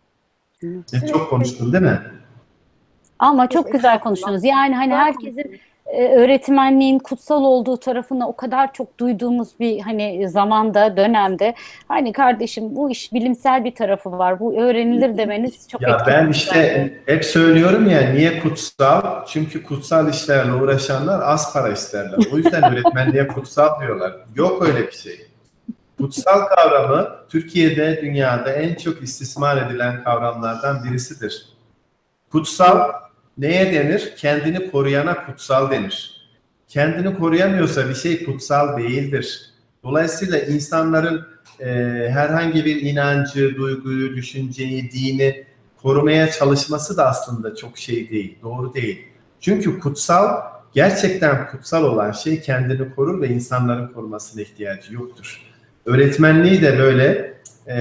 Çok konuştum değil mi? Ama çok güzel konuştunuz. Yani hani herkesin öğretmenliğin kutsal olduğu tarafını o kadar çok duyduğumuz bir hani zamanda, dönemde, hani kardeşim bu iş bilimsel bir tarafı var. Bu öğrenilir demeniz çok etkili. Ben işte hep söylüyorum ya, niye kutsal? Çünkü kutsal işlerle uğraşanlar az para isterler. O yüzden öğretmenliğe kutsal diyorlar. Yok öyle bir şey. Kutsal kavramı Türkiye'de, dünyada en çok istismar edilen kavramlardan birisidir. Kutsal neye denir? Kendini koruyana kutsal denir. Kendini koruyamıyorsa bir şey kutsal değildir. Dolayısıyla insanların herhangi bir inancı, duyguyu, düşünceyi, dini korumaya çalışması da aslında çok değil, doğru değil. Çünkü kutsal, gerçekten kutsal olan şey kendini korur ve insanların korumasına ihtiyacı yoktur. Öğretmenliği de böyle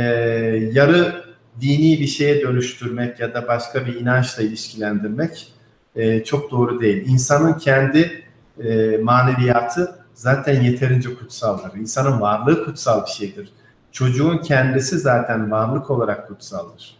yarı dini bir şeye dönüştürmek ya da başka bir inançla ilişkilendirmek çok doğru değil. İnsanın kendi maneviyatı zaten yeterince kutsaldır. İnsanın varlığı kutsal bir şeydir. Çocuğun kendisi zaten varlık olarak kutsaldır.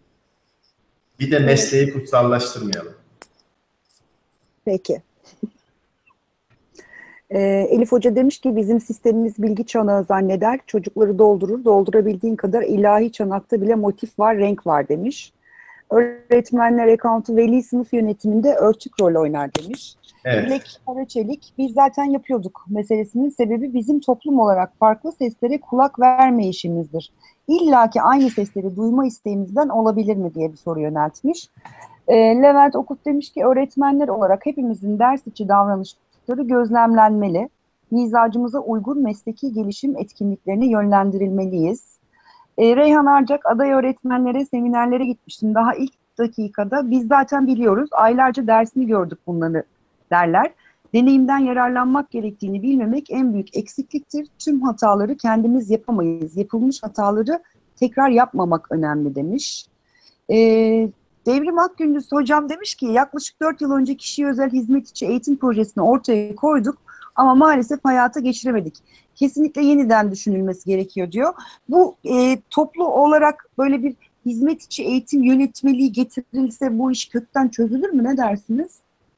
Bir de mesleği kutsallaştırmayalım. Peki. Elif Hoca demiş ki bizim sistemimiz bilgi çanağı zanneder, çocukları doldurur, doldurabildiğin kadar ilahi çanakta bile motif var, renk var demiş. Öğretmenler account'u veli sınıf yönetiminde örtük rol oynar demiş. Evet. Dilek Karaçelik, biz zaten yapıyorduk meselesinin sebebi bizim toplum olarak farklı seslere kulak vermeyişimizdir. İlla ki aynı sesleri duyma isteğimizden olabilir mi diye bir soru yöneltmiş. Levent Okut demiş ki öğretmenler olarak hepimizin ders içi davranışları gözlemlenmeli. Mizacımıza uygun mesleki gelişim etkinliklerine yönlendirilmeliyiz. Reyhan Arcak, aday öğretmenlere, seminerlere gitmiştim. Daha ilk dakikada biz zaten biliyoruz, aylarca dersini gördük bunları derler. Deneyimden yararlanmak gerektiğini bilmemek en büyük eksikliktir. Tüm hataları kendimiz yapamayız. Yapılmış hataları tekrar yapmamak önemli demiş. Devrim Akgündüz hocam demiş ki yaklaşık 4 yıl önce kişiye özel hizmet içi eğitim projesini ortaya koyduk ama maalesef hayata geçiremedik. Kesinlikle yeniden düşünülmesi gerekiyor diyor. Bu toplu olarak böyle bir hizmet içi eğitim yönetmeliği getirilse bu iş kökten çözülür mü? Ne dersiniz?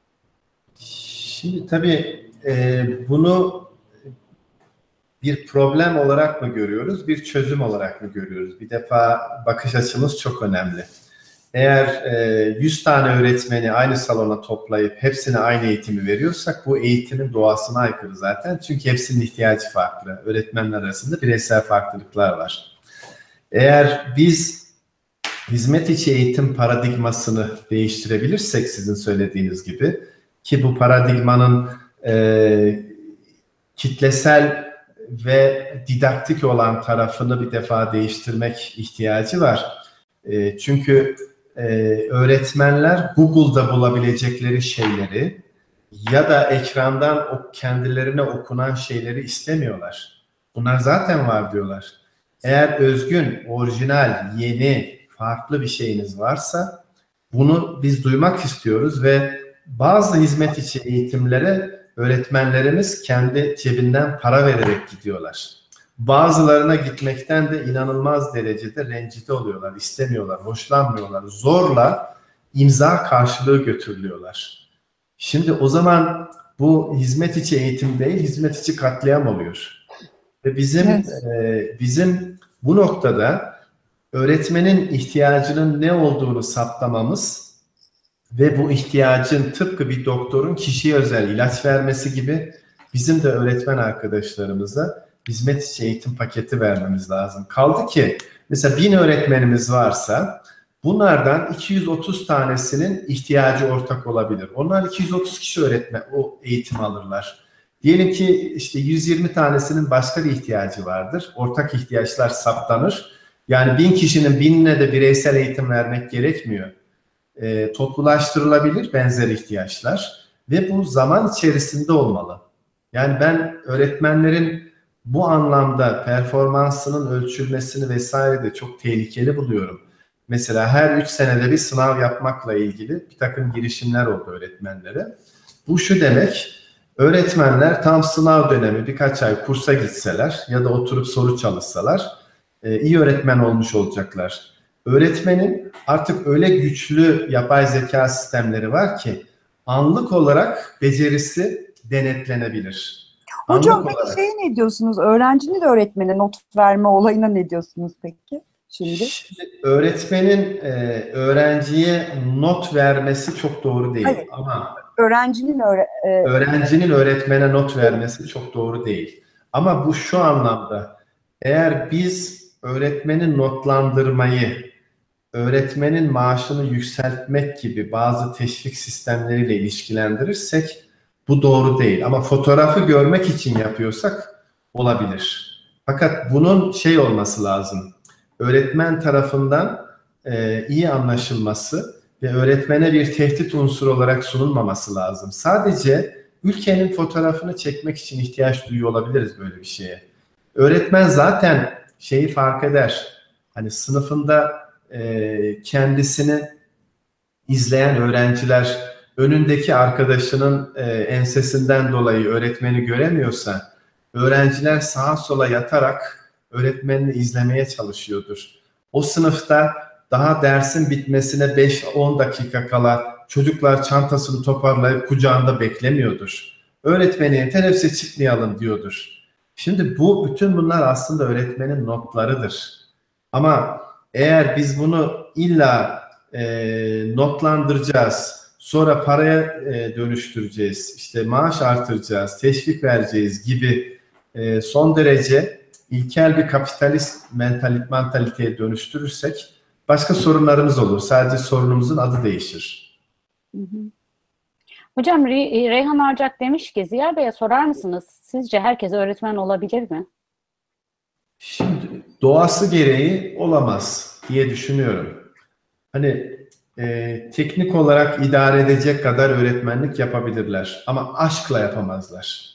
Şimdi tabii bunu bir problem olarak mı görüyoruz, bir çözüm olarak mı görüyoruz? Bir defa bakış açımız çok önemli. Eğer 100 tane öğretmeni aynı salona toplayıp hepsine aynı eğitimi veriyorsak bu eğitimin doğasına aykırı zaten. Çünkü hepsinin ihtiyacı farklı. Öğretmenler arasında bireysel farklılıklar var. Eğer biz hizmet içi eğitim paradigmasını değiştirebilirsek sizin söylediğiniz gibi ki bu paradigmanın kitlesel ve didaktik olan tarafını bir defa değiştirmek ihtiyacı var. Çünkü öğretmenler Google'da bulabilecekleri şeyleri ya da ekrandan kendilerine okunan şeyleri istemiyorlar. Bunlar zaten var diyorlar. Eğer özgün, orijinal, yeni, farklı bir şeyiniz varsa bunu biz duymak istiyoruz ve bazı hizmet içi eğitimlere öğretmenlerimiz kendi cebinden para vererek gidiyorlar. Bazılarına gitmekten de inanılmaz derecede rencide oluyorlar, istemiyorlar, hoşlanmıyorlar. Zorla imza karşılığı götürülüyorlar. Şimdi o zaman bu hizmet içi eğitim değil, hizmet içi katliam oluyor. Ve bizim bu noktada öğretmenin ihtiyacının ne olduğunu saptamamız ve bu ihtiyacın tıpkı bir doktorun kişiye özel ilaç vermesi gibi bizim de öğretmen arkadaşlarımıza hizmet içi eğitim paketi vermemiz lazım. Kaldı ki mesela 1000 öğretmenimiz varsa bunlardan 230 tanesinin ihtiyacı ortak olabilir. Onlar 230 kişi öğretmen o eğitimi alırlar. Diyelim ki işte 120 tanesinin başka bir ihtiyacı vardır. Ortak ihtiyaçlar saptanır. Yani 1000 kişinin 1000'ine de bireysel eğitim vermek gerekmiyor. Toplulaştırılabilir benzer ihtiyaçlar ve bu zaman içerisinde olmalı. Yani ben öğretmenlerin bu anlamda performansının ölçülmesini vesaire de çok tehlikeli buluyorum. Mesela her 3 senede bir sınav yapmakla ilgili bir takım girişimler oldu öğretmenlere. Bu şu demek, öğretmenler tam sınav dönemi birkaç ay kursa gitseler ya da oturup soru çalışsalar iyi öğretmen olmuş olacaklar. Öğretmenin artık öyle güçlü yapay zeka sistemleri var ki anlık olarak becerisi denetlenebilir. Hocam peki ne diyorsunuz? Öğrencinin de öğretmene not verme olayına ne diyorsunuz peki? Şimdi öğretmenin öğrenciye not vermesi çok doğru değil. Hayır. Ama öğrencinin öğretmene not vermesi çok doğru değil. Ama bu şu anlamda, eğer biz öğretmenin notlandırmayı, öğretmenin maaşını yükseltmek gibi bazı teşvik sistemleriyle ilişkilendirirsek bu doğru değil. Ama fotoğrafı görmek için yapıyorsak olabilir. Fakat bunun olması lazım. Öğretmen tarafından iyi anlaşılması ve öğretmene bir tehdit unsuru olarak sunulmaması lazım. Sadece ülkenin fotoğrafını çekmek için ihtiyaç duyuyor olabiliriz böyle bir şeye. Öğretmen zaten fark eder. Hani sınıfında kendisini izleyen öğrenciler önündeki arkadaşının ensesinden dolayı öğretmeni göremiyorsa öğrenciler sağa sola yatarak öğretmenini izlemeye çalışıyordur. O sınıfta daha dersin bitmesine 5-10 dakika kala çocuklar çantasını toparlayıp kucağında beklemiyordur. öğretmenim teneffüse çıkmayalım diyordur. Şimdi bütün bunlar aslında öğretmenin notlarıdır. Ama eğer biz bunu illa notlandıracağız, sonra paraya dönüştüreceğiz, işte maaş artıracağız, teşvik vereceğiz gibi son derece ilkel bir kapitalist mantaliteye dönüştürürsek başka sorunlarımız olur. Sadece sorunumuzun adı değişir. Hı hı. Hocam Reyhan Arcak demiş ki Ziya Bey'e sorar mısınız? Sizce herkes öğretmen olabilir mi? Şimdi doğası gereği olamaz diye düşünüyorum. Hani teknik olarak idare edecek kadar öğretmenlik yapabilirler ama aşkla yapamazlar.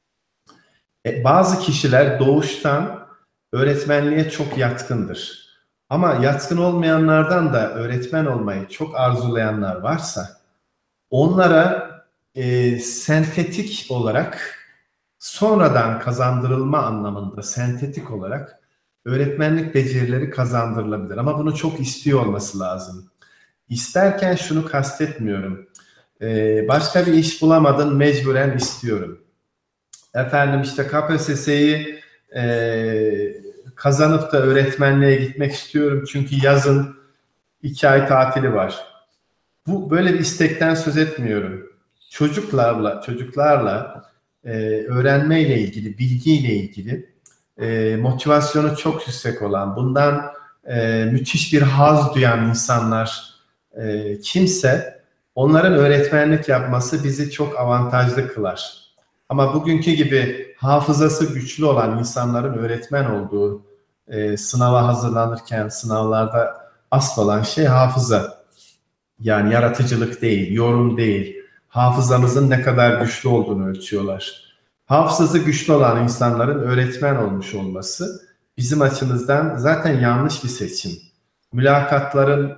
Bazı kişiler doğuştan öğretmenliğe çok yatkındır. Ama yatkın olmayanlardan da öğretmen olmayı çok arzulayanlar varsa onlara sentetik olarak sonradan kazandırılma anlamında sentetik olarak öğretmenlik becerileri kazandırılabilir. Ama bunu çok istiyor olması lazım. İsterken şunu kastetmiyorum. Başka bir iş bulamadın, mecburen istiyorum. Efendim işte KPSS'yi kazanıp da öğretmenliğe gitmek istiyorum çünkü yazın 2 ay tatili var. Böyle bir istekten söz etmiyorum. Çocuklarla öğrenmeyle ilgili, bilgiyle ilgili motivasyonu çok yüksek olan, bundan müthiş bir haz duyan insanlar kimse onların öğretmenlik yapması bizi çok avantajlı kılar. Ama bugünkü gibi hafızası güçlü olan insanların öğretmen olduğu sınava hazırlanırken sınavlarda asıl olan şey hafıza. Yani yaratıcılık değil, yorum değil. Hafızamızın ne kadar güçlü olduğunu ölçüyorlar. Hafızası güçlü olan insanların öğretmen olmuş olması bizim açımızdan zaten yanlış bir seçim. Mülakatların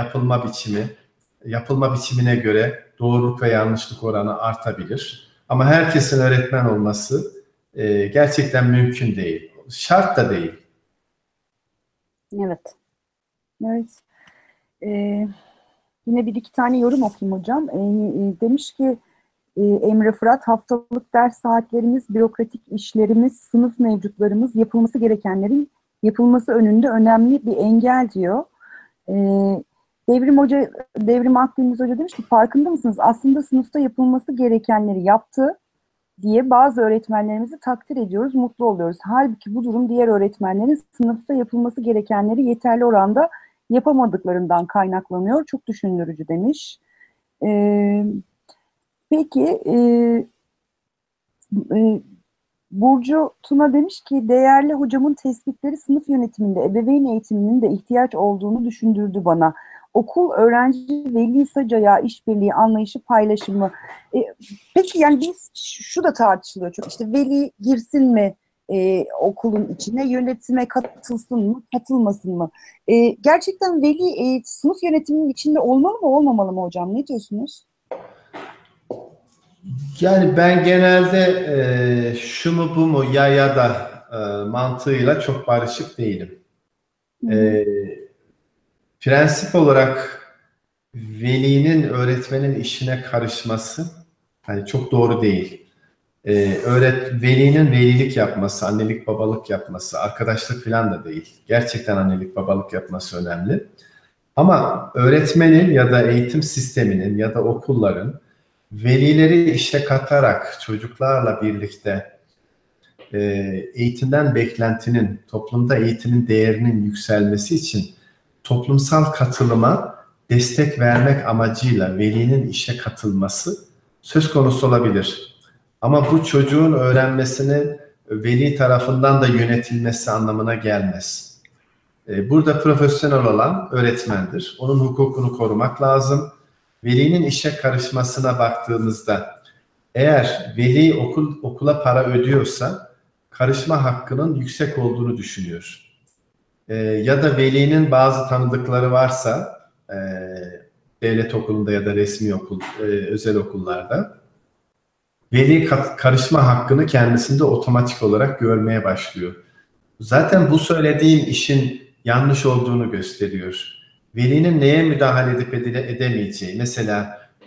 yapılma biçimine göre doğruluk ve yanlışlık oranı artabilir. Ama herkesin öğretmen olması gerçekten mümkün değil. Şart da değil. Evet. Evet. Yine bir iki tane yorum okuyayım hocam. Demiş ki Emre Fırat, haftalık ders saatlerimiz, bürokratik işlerimiz, sınıf mevcutlarımız yapılması gerekenlerin yapılması önünde önemli bir engel diyor. Devrim Akdeniz Hoca demiş ki farkında mısınız? Aslında sınıfta yapılması gerekenleri yaptı diye bazı öğretmenlerimizi takdir ediyoruz, mutlu oluyoruz. Halbuki bu durum diğer öğretmenlerin sınıfta yapılması gerekenleri yeterli oranda yapamadıklarından kaynaklanıyor. Çok düşündürücü demiş. Peki Burcu Tuna demiş ki değerli hocamın tespitleri sınıf yönetiminde ebeveyn eğitiminin de ihtiyaç olduğunu düşündürdü bana. Okul, öğrenci, veli sacayağı, işbirliği, anlayışı, paylaşımı. Peki yani şu da tartışılıyor çok. İşte veli girsin mi okulun içine, yönetime katılsın mı, katılmasın mı? Gerçekten veli sınıf yönetiminin içinde olmalı mı, olmamalı mı hocam? Ne diyorsunuz? Yani ben genelde şu mu bu mu ya da mantığıyla çok barışık değilim. Prensip olarak velinin öğretmenin işine karışması hani çok doğru değil. Velinin velilik yapması, annelik babalık yapması, arkadaşlık falan da değil. Gerçekten annelik babalık yapması önemli. Ama öğretmenin ya da eğitim sisteminin ya da okulların velileri işe katarak çocuklarla birlikte eğitimden beklentinin, toplumda eğitimin değerinin yükselmesi için toplumsal katılıma destek vermek amacıyla velinin işe katılması söz konusu olabilir. Ama bu çocuğun öğrenmesinin veli tarafından da yönetilmesi anlamına gelmez. Burada profesyonel olan öğretmendir. Onun hukukunu korumak lazım. Velinin işe karışmasına baktığımızda eğer veli okula para ödüyorsa karışma hakkının yüksek olduğunu düşünüyor. Ya da velinin bazı tanıdıkları varsa devlet okulunda ya da resmi okul, özel okullarda veli karışma hakkını kendisinde otomatik olarak görmeye başlıyor. Zaten bu söylediğim işin yanlış olduğunu gösteriyor. Velinin neye müdahale edip edemeyeceği, mesela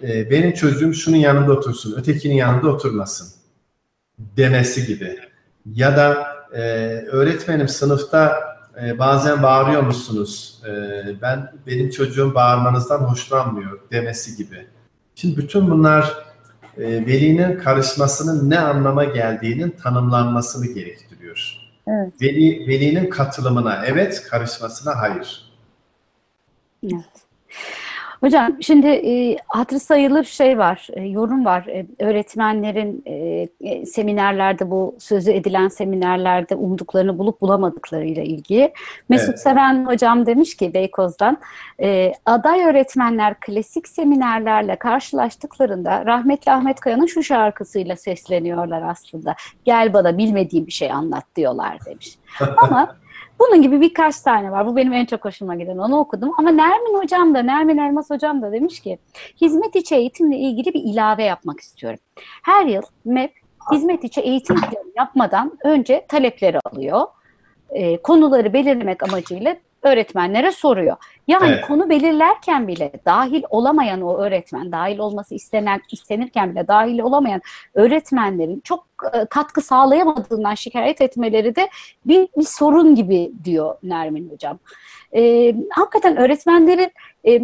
benim çocuğum şunun yanında otursun, ötekinin yanında oturmasın demesi gibi. Ya da öğretmenim sınıfta bazen bağırıyor musunuz? Benim çocuğum bağırmanızdan hoşlanmıyor demesi gibi. Şimdi bütün bunlar velinin karışmasının ne anlama geldiğinin tanımlanmasını gerektiriyor. Evet. Velinin katılımına evet, karışmasına hayır. Evet. Hocam şimdi hatırı sayılır şey var, yorum var. Öğretmenlerin seminerlerde, bu sözü edilen seminerlerde umduklarını bulup bulamadıklarıyla ilgili. Mesut Evet. Seven hocam demiş ki Beykoz'dan, aday öğretmenler klasik seminerlerle karşılaştıklarında rahmetli Ahmet Kaya'nın şu şarkısıyla sesleniyorlar aslında. Gel bana bilmediğim bir şey anlat diyorlar demiş. Ama bunun gibi birkaç tane var. Bu benim en çok hoşuma giden. Onu okudum. Ama Nermin Elmas hocam da demiş ki hizmet içi eğitimle ilgili bir ilave yapmak istiyorum. Her yıl MEP hizmet içi eğitim planı yapmadan önce talepleri alıyor. Konuları belirlemek amacıyla öğretmenlere soruyor. Yani Evet. konu belirlerken bile dahil olamayan o öğretmen, dahil olması istenirken bile dahil olamayan öğretmenlerin çok katkı sağlayamadığından şikayet etmeleri de bir sorun gibi diyor Nermin hocam. Hakikaten öğretmenlerin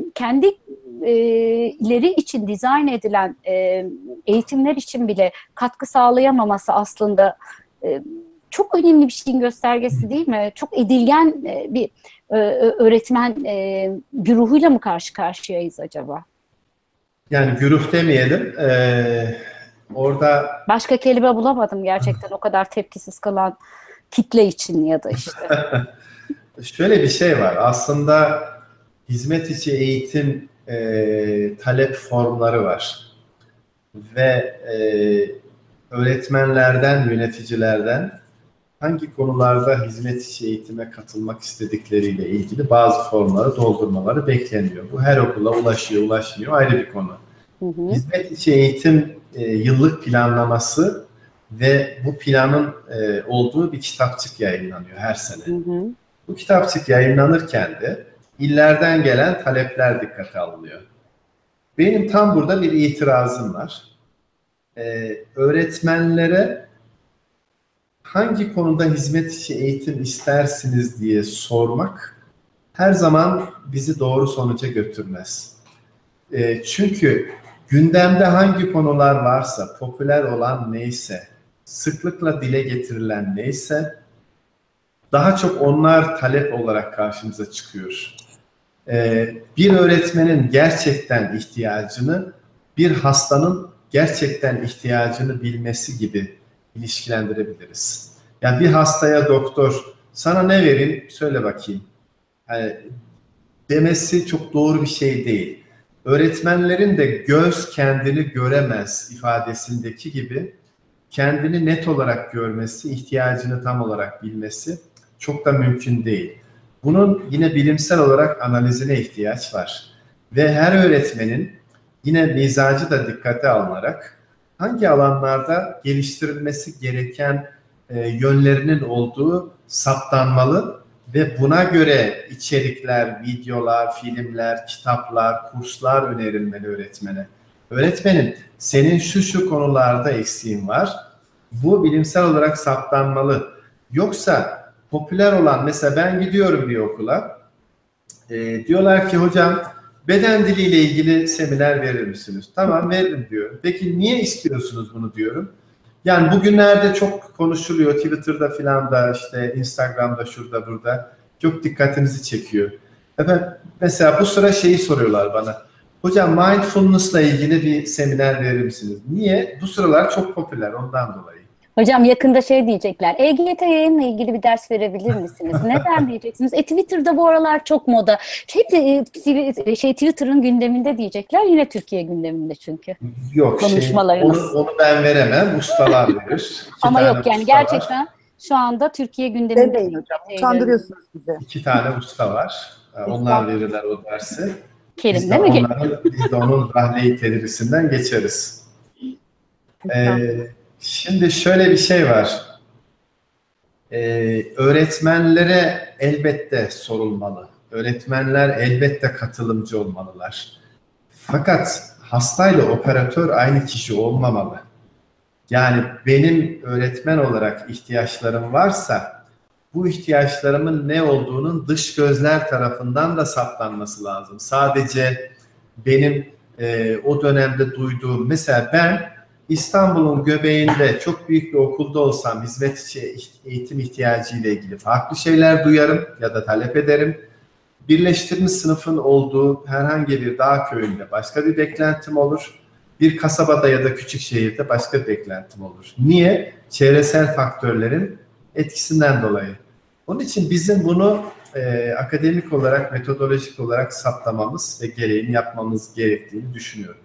kendileri için dizayn edilen eğitimler için bile katkı sağlayamaması aslında çok önemli bir şeyin göstergesi değil mi? Çok edilgen bir öğretmen güruhuyla mı karşı karşıyayız acaba? Yani güruh demeyelim. Orada başka kelime bulamadım gerçekten, o kadar tepkisiz kalan kitle için ya da işte. şöyle bir şey var. Aslında hizmet içi eğitim talep formları var. Ve öğretmenlerden, yöneticilerden hangi konularda hizmet içi eğitime katılmak istedikleriyle ilgili bazı formları doldurmaları bekleniyor. Bu her okula ulaşıyor, ulaşmıyor ayrı bir konu. Hı hı. Hizmet içi eğitim yıllık planlaması ve bu planın olduğu bir kitapçık yayınlanıyor her sene. Hı hı. Bu kitapçık yayınlanırken de illerden gelen talepler dikkate alınıyor. Benim tam burada bir itirazım var. Öğretmenlere hangi konuda hizmet içi eğitim istersiniz diye sormak her zaman bizi doğru sonuca götürmez. Çünkü gündemde hangi konular varsa, popüler olan neyse, sıklıkla dile getirilen neyse, daha çok onlar talep olarak karşımıza çıkıyor. Bir öğretmenin gerçekten ihtiyacını, bir hastanın gerçekten ihtiyacını bilmesi gibi ilişkilendirebiliriz. Yani bir hastaya doktor, sana ne vereyim söyle bakayım yani demesi çok doğru bir şey değil. Öğretmenlerin de göz kendini göremez ifadesindeki gibi kendini net olarak görmesi, ihtiyacını tam olarak bilmesi çok da mümkün değil. Bunun yine bilimsel olarak analizine ihtiyaç var. Ve her öğretmenin yine mizacı da dikkate alınarak hangi alanlarda geliştirilmesi gereken yönlerinin olduğu saptanmalı ve buna göre içerikler, videolar, filmler, kitaplar, kurslar önerilmeli öğretmene. Öğretmenim, senin şu konularda eksiğin var. Bu bilimsel olarak saptanmalı. Yoksa popüler olan, mesela ben gidiyorum bir okula, diyorlar ki hocam beden diliyle ilgili seminer verir misiniz? Tamam, veririm diyorum. Peki niye istiyorsunuz bunu diyorum. Yani bugünlerde çok konuşuluyor, Twitter'da filan da, işte Instagram'da, şurada burada çok dikkatinizi çekiyor. Efendim, mesela bu sıra şeyi soruyorlar bana. Hocam mindfulness'la ilgili bir seminer verir misiniz? Niye? Bu sıralar çok popüler, ondan dolayı. Hocam yakında şey diyecekler, EGT yayınla ilgili bir ders verebilir misiniz? Neden diyeceksiniz? Twitter'da bu aralar çok moda. Twitter'ın gündeminde diyecekler, yine Türkiye gündeminde çünkü. Yok, konuşmalarınız. Onu ben veremem, ustalar verir. Ama yok yani gerçekten var. Şu anda Türkiye gündeminde. Demeyin hocam, utandırıyorsunuz bizi. 2 tane usta var. Onlar verirler o dersi. Kerim değil mi? Biz de onun rahleyi tedrisinden geçeriz. Şimdi şöyle bir şey var. Öğretmenlere elbette sorulmalı. Öğretmenler elbette katılımcı olmalılar. Fakat hastayla operatör aynı kişi olmamalı. Yani benim öğretmen olarak ihtiyaçlarım varsa bu ihtiyaçlarımın ne olduğunun dış gözler tarafından da saptanması lazım. Sadece benim o dönemde duyduğum, mesela ben İstanbul'un göbeğinde çok büyük bir okulda olsam hizmet eğitim ihtiyacı ile ilgili farklı şeyler duyarım ya da talep ederim. Birleştirilmiş sınıfın olduğu herhangi bir dağ köyünde başka bir beklentim olur. Bir kasabada ya da küçük şehirde başka bir beklentim olur. Niye? Çevresel faktörlerin etkisinden dolayı. Onun için bizim bunu akademik olarak, metodolojik olarak saptamamız ve gereğini yapmamız gerektiğini düşünüyorum.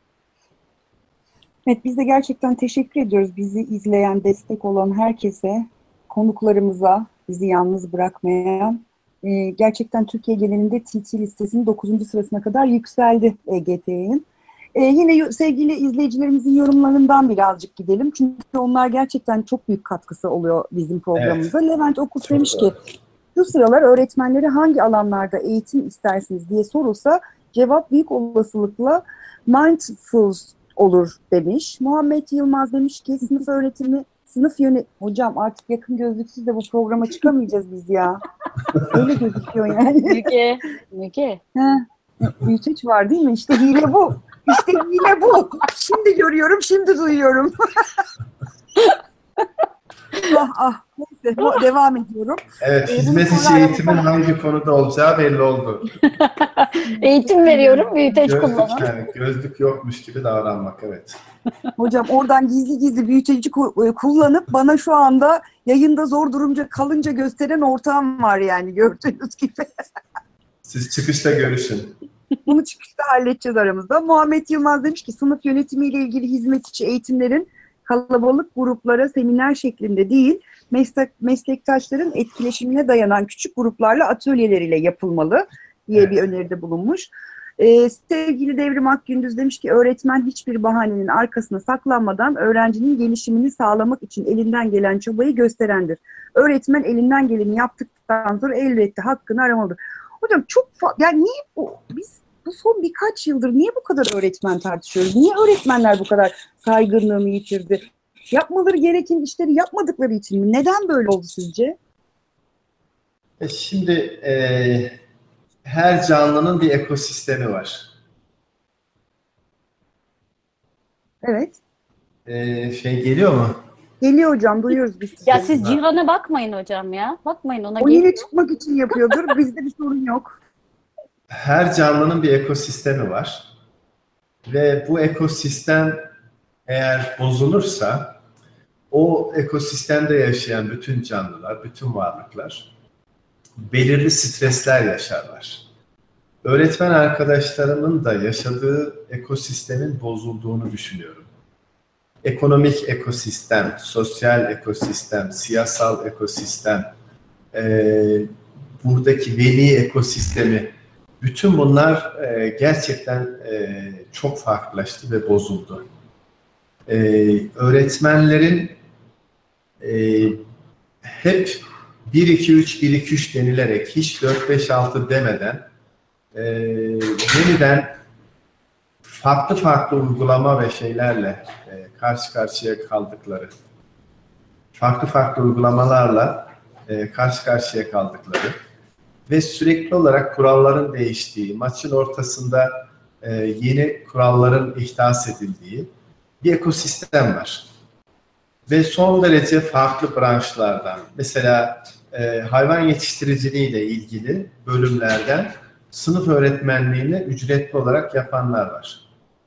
Evet, biz de gerçekten teşekkür ediyoruz bizi izleyen, destek olan herkese, konuklarımıza, bizi yalnız bırakmayan. Gerçekten Türkiye genelinde TT listesinin 9. sırasına kadar yükseldi EGT'nin. Yine sevgili izleyicilerimizin yorumlarından birazcık gidelim. Çünkü onlar gerçekten çok büyük katkısı oluyor bizim programımıza. Evet. Levent Okut demiş ki, şu sıralar öğretmenleri hangi alanlarda eğitim istersiniz diye sorulsa cevap büyük olasılıkla mindful olur demiş. Muhammed Yılmaz demiş ki sınıf öğretimi, sınıf yönet... Hocam artık yakın gözlüksüz de bu programa çıkamayacağız biz ya. Öyle gözüküyor yani. Müge. Büyüteç var değil mi? İşte hile bu. İşte hile bu. Şimdi görüyorum, şimdi duyuyorum. Neyse, devam ediyorum. Evet, hizmet içi eğitimin hangi konuda olacağı belli oldu. Eğitim veriyorum, büyüteç kullanın. Yani gözlük yokmuş gibi davranmak, evet. Hocam oradan gizli gizli büyüteci kullanıp bana şu anda yayında zor durumca kalınca gösteren ortağım var yani, gördüğünüz gibi. Siz çıkışta görüşün. Bunu çıkışta halledeceğiz aramızda. Muhammed Yılmaz demiş ki sınıf yönetimiyle ilgili hizmet içi eğitimlerin kalabalık gruplara seminer şeklinde değil, meslektaşların etkileşimine dayanan küçük gruplarla atölyeleriyle yapılmalı diye bir öneride bulunmuş. Sevgili Devrim Akgündüz demiş ki öğretmen hiçbir bahanenin arkasına saklanmadan öğrencinin gelişimini sağlamak için elinden gelen çabayı gösterendir. Öğretmen elinden geleni yaptıktan sonra elbette hakkını aramalıdır. Hocam çok yani niye biz bu son birkaç yıldır niye bu kadar öğretmen tartışıyoruz? Niye öğretmenler bu kadar saygınlığını yitirdi? Yapmaları gereken işleri yapmadıkları için mi? Neden böyle oldu sizce? Şimdi her canlının bir ekosistemi var. Evet. Geliyor mu? Geliyor hocam, duyuyoruz biz. Ya siz Cihan'a bakmayın hocam ya. Bakmayın ona. O yine çıkmak için yapıyordur. Bizde bir sorun yok. Her canlının bir ekosistemi var. Ve bu ekosistem eğer bozulursa o ekosistemde yaşayan bütün canlılar, bütün varlıklar belirli stresler yaşarlar. Öğretmen arkadaşlarımın da yaşadığı ekosistemin bozulduğunu düşünüyorum. Ekonomik ekosistem, sosyal ekosistem, siyasal ekosistem, buradaki veli ekosistemi, bütün bunlar gerçekten çok farklılaştı ve bozuldu. Öğretmenlerin hep 1-2-3, 1-2-3 denilerek hiç 4-5-6 demeden yeniden farklı uygulama ve şeylerle karşı karşıya kaldıkları, farklı uygulamalarla karşı karşıya kaldıkları ve sürekli olarak kuralların değiştiği, maçın ortasında yeni kuralların ihdas edildiği bir ekosistem var. Ve son derece farklı branşlardan, mesela hayvan yetiştiriciliği ile ilgili bölümlerden sınıf öğretmenliğini ücretli olarak yapanlar var.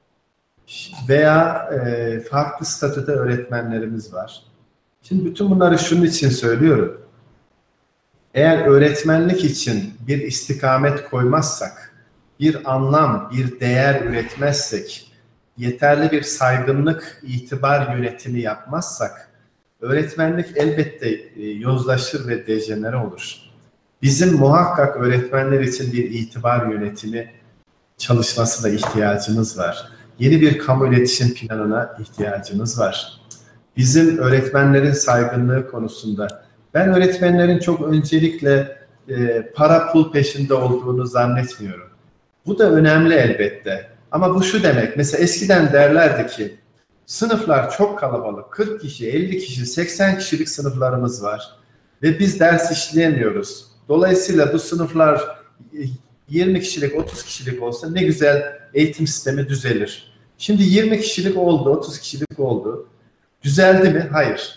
Veya farklı statüde öğretmenlerimiz var. Şimdi bütün bunları şunun için söylüyorum. Eğer öğretmenlik için bir istikamet koymazsak, bir anlam, bir değer üretmezsek, yeterli bir saygınlık, itibar yönetimi yapmazsak, öğretmenlik elbette yozlaşır ve dejenere olur. Bizim muhakkak öğretmenler için bir itibar yönetimi çalışmasına ihtiyacımız var. Yeni bir kamu iletişim planına ihtiyacımız var. Bizim öğretmenlerin saygınlığı konusunda, ben öğretmenlerin çok öncelikle para pul peşinde olduğunu zannetmiyorum. Bu da önemli elbette. Ama bu şu demek, mesela eskiden derlerdi ki sınıflar çok kalabalık, 40 kişi, 50 kişi, 80 kişilik sınıflarımız var ve biz ders işleyemiyoruz. Dolayısıyla bu sınıflar 20 kişilik, 30 kişilik olsa ne güzel eğitim sistemi düzelir. Şimdi 20 kişilik oldu, 30 kişilik oldu. Düzeldi mi? Hayır.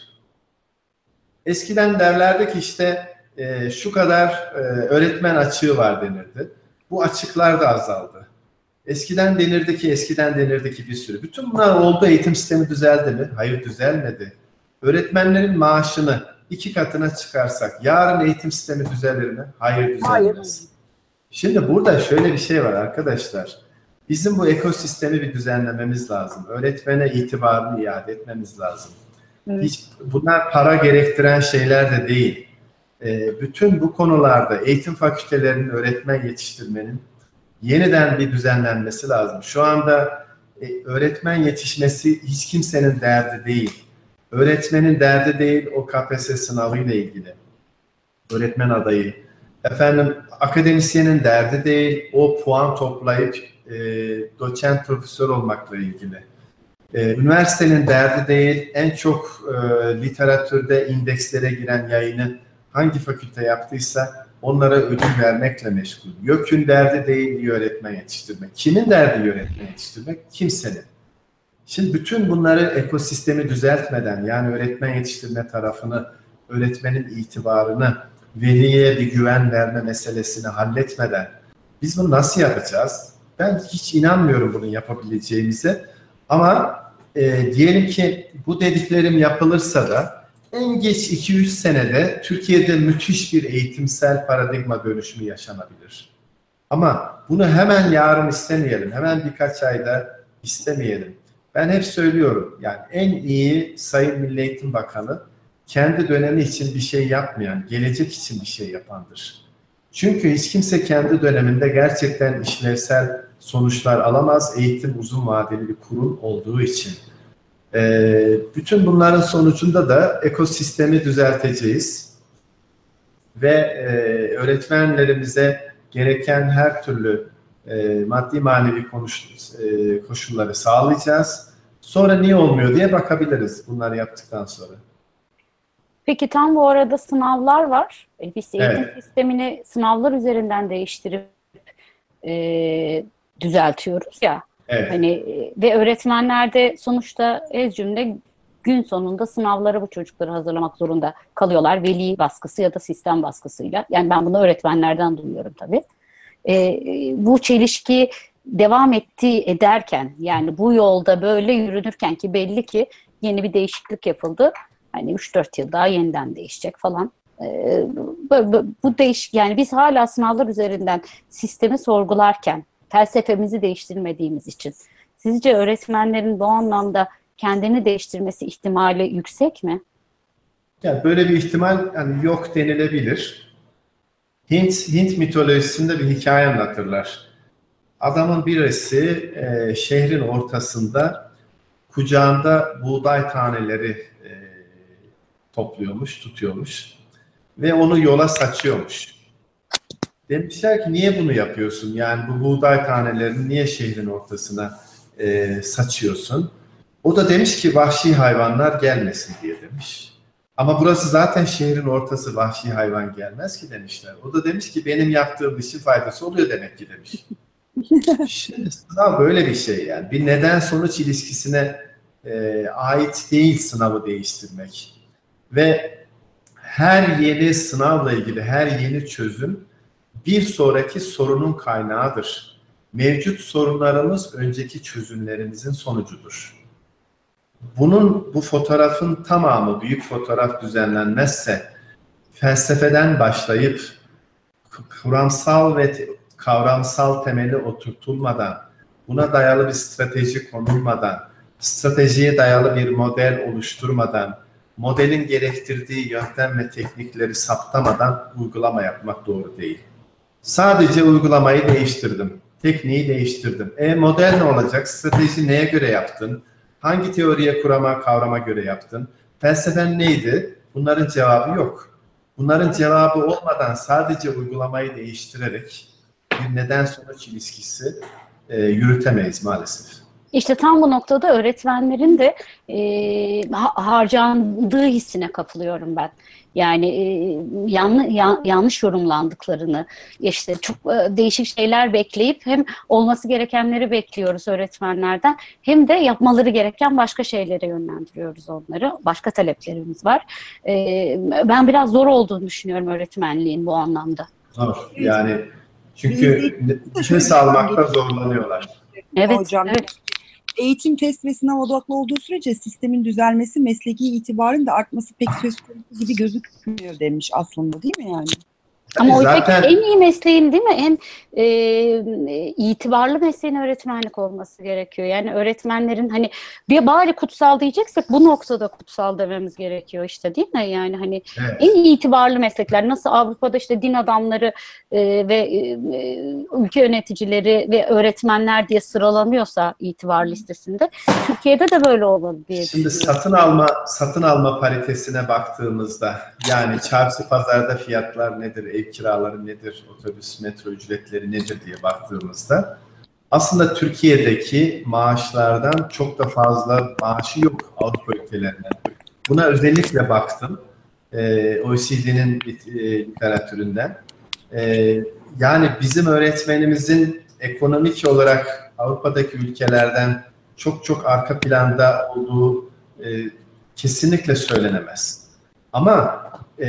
Eskiden derlerdi ki işte şu kadar öğretmen açığı var denirdi. Bu açıklar da azaldı. Eskiden denirdi ki bir sürü. Bütün bunlar oldu, eğitim sistemi düzeldi mi? Hayır, düzelmedi. Öğretmenlerin maaşını 2 katına çıkarsak yarın eğitim sistemi düzelir mi? Hayır, düzelmez. Hayır. Şimdi burada şöyle bir şey var arkadaşlar. Bizim bu ekosistemi bir düzenlememiz lazım. Öğretmene itibarını iade etmemiz lazım. Evet. Hiç, bunlar para gerektiren şeyler de değil. Bütün bu konularda eğitim fakültelerinin öğretmen yetiştirmenin yeniden bir düzenlenmesi lazım. Şu anda öğretmen yetişmesi hiç kimsenin derdi değil. Öğretmenin derdi değil o KPSS sınavıyla ilgili. Öğretmen adayı. Efendim akademisyenin derdi değil o puan toplayıp doçent profesör olmakla ilgili. Üniversitenin derdi değil en çok literatürde indekslere giren yayını hangi fakülte yaptıysa onlara ödül vermekle meşgul. YÖK'ün derdi değil iyi öğretmen yetiştirmek. Kimin derdi öğretmen yetiştirmek? Kimsenin. Şimdi bütün bunları ekosistemi düzeltmeden yani öğretmen yetiştirme tarafını, öğretmenin itibarını, veliye bir güven verme meselesini halletmeden biz bunu nasıl yapacağız? Ben hiç inanmıyorum bunun yapabileceğimize. Ama diyelim ki bu dediklerim yapılırsa da en geç 2-3 senede Türkiye'de müthiş bir eğitimsel paradigma dönüşümü yaşanabilir. Ama bunu hemen yarın istemeyelim, hemen birkaç ayda istemeyelim. Ben hep söylüyorum, yani en iyi Sayın Milli Eğitim Bakanı kendi dönemi için bir şey yapmayan, gelecek için bir şey yapandır. Çünkü hiç kimse kendi döneminde gerçekten işlevsel sonuçlar alamaz. Eğitim uzun vadeli bir kurum olduğu için. Bütün bunların sonucunda da ekosistemi düzelteceğiz. Ve öğretmenlerimize gereken her türlü maddi manevi koşulları sağlayacağız. Sonra niye olmuyor diye bakabiliriz bunları yaptıktan sonra. Peki tam bu arada sınavlar var. Biz eğitim sistemini sınavlar üzerinden değiştirip düzeltiyoruz ya. Evet. Hani ve öğretmenler de sonuçta ez cümle gün sonunda sınavlara bu çocukları hazırlamak zorunda kalıyorlar. Veli baskısı ya da sistem baskısıyla. Yani ben bunu öğretmenlerden duyuyorum tabii. Bu çelişki devam ederken yani bu yolda böyle yürünürken ki belli ki yeni bir değişiklik yapıldı. Hani 3-4 yıl daha yeniden değişecek falan. Bu yani biz hala sınavlar üzerinden sistemi sorgularken felsefemizi değiştirmediğimiz için sizce öğretmenlerin bu anlamda kendini değiştirmesi ihtimali yüksek mi? Yani böyle bir ihtimal yani yok denilebilir. Hint mitolojisinde bir hikaye anlatırlar. Adamın birisi şehrin ortasında kucağında buğday taneleri topluyormuş, tutuyormuş ve onu yola saçıyormuş. Demişler ki niye bunu yapıyorsun? Yani bu buğday tanelerini niye şehrin ortasına saçıyorsun? O da demiş ki vahşi hayvanlar gelmesin diye demiş. Ama burası zaten şehrin ortası, vahşi hayvan gelmez ki demişler. O da demiş ki benim yaptığım işin faydası oluyor demek ki demiş. Şimdi sınav böyle bir şey yani. Bir neden sonuç ilişkisine ait değil sınavı değiştirmek. Ve her yeni sınavla ilgili her yeni çözüm bir sonraki sorunun kaynağıdır. Mevcut sorunlarımız önceki çözümlerimizin sonucudur. Bu fotoğrafın tamamı büyük fotoğraf düzenlenmezse felsefeden başlayıp kuramsal ve kavramsal temeli oturtulmadan, buna dayalı bir strateji konulmadan, stratejiye dayalı bir model oluşturmadan, modelin gerektirdiği yöntem ve teknikleri saptamadan uygulama yapmak doğru değil. Sadece uygulamayı değiştirdim, tekniği değiştirdim. Model ne olacak? Strateji neye göre yaptın? Hangi teoriye, kurama, kavrama göre yaptın? Felsefen neydi? Bunların cevabı yok. Bunların cevabı olmadan sadece uygulamayı değiştirerek bir neden sonuç ilişkisi yürütemeyiz maalesef. İşte tam bu noktada öğretmenlerin de harcandığı hissine kapılıyorum ben. Yani yanlış yorumlandıklarını, işte çok değişik şeyler bekleyip hem olması gerekenleri bekliyoruz öğretmenlerden, hem de yapmaları gereken başka şeylere yönlendiriyoruz onları. Başka taleplerimiz var. Ben biraz zor olduğunu düşünüyorum öğretmenliğin bu anlamda. Zor. Yani çünkü nefes almakta zorlanıyorlar. Evet, Hocam. evet. Eğitim, test ve sınav odaklı olduğu sürece sistemin düzelmesi, mesleki itibarın da artması pek söz konusu gibi gözükmüyor demiş aslında, değil mi yani? Ama oysa Zaten ki en iyi mesleğin, değil mi? En itibarlı mesleğin öğretmenlik olması gerekiyor. Yani öğretmenlerin hani bir bari kutsal diyeceksek bu noktada kutsal dememiz gerekiyor işte, değil mi? Yani hani evet. en itibarlı meslekler nasıl Avrupa'da işte din adamları ve ülke yöneticileri ve öğretmenler diye sıralanıyorsa itibar listesinde, Türkiye'de de böyle olmalı diye Şimdi düşünüyorum. satın alma paritesine baktığımızda, yani çarşı pazarda fiyatlar nedir, ev kiraları nedir, otobüs, metro ücretleri nedir diye baktığımızda aslında Türkiye'deki maaşlardan çok da fazla maaşı yok Avrupa ülkelerine. Buna özellikle baktım OECD'nin literatüründen. Yani bizim öğretmenimizin ekonomik olarak Avrupa'daki ülkelerden çok çok arka planda olduğu kesinlikle söylenemez. Ama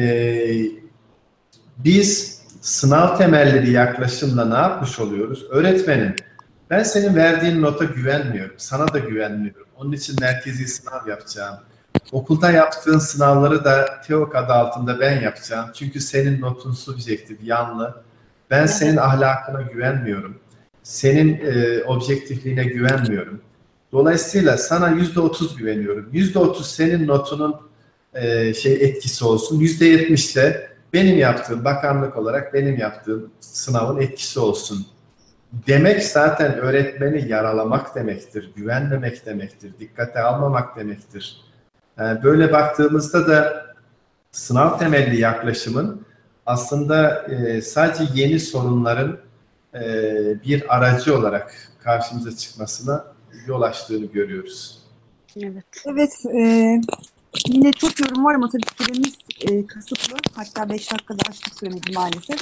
biz sınav temelli bir yaklaşımla ne yapmış oluyoruz? Öğretmenim, ben senin verdiğin nota güvenmiyorum, sana da güvenmiyorum. Onun için merkezi sınav yapacağım. Okulda yaptığın sınavları da TEOK adı altında ben yapacağım. Çünkü senin notun subjektif, yanlı. Ben senin ahlakına güvenmiyorum. Senin objektifliğine güvenmiyorum. Dolayısıyla sana %30 güveniyorum. %30 senin notunun etkisi olsun. %70 de benim yaptığım, bakanlık olarak benim yaptığım sınavın etkisi olsun. Demek zaten öğretmeni yaralamak demektir, güvenmemek demektir, dikkate almamak demektir. Böyle baktığımızda da sınav temelli yaklaşımın aslında sadece yeni sorunların bir aracı olarak karşımıza çıkmasına yol açtığını görüyoruz. Evet. Evet, yine çok yorum var ama tabii süremiz kısıtlı. Hatta 5 dakikada açtık süremizi maalesef.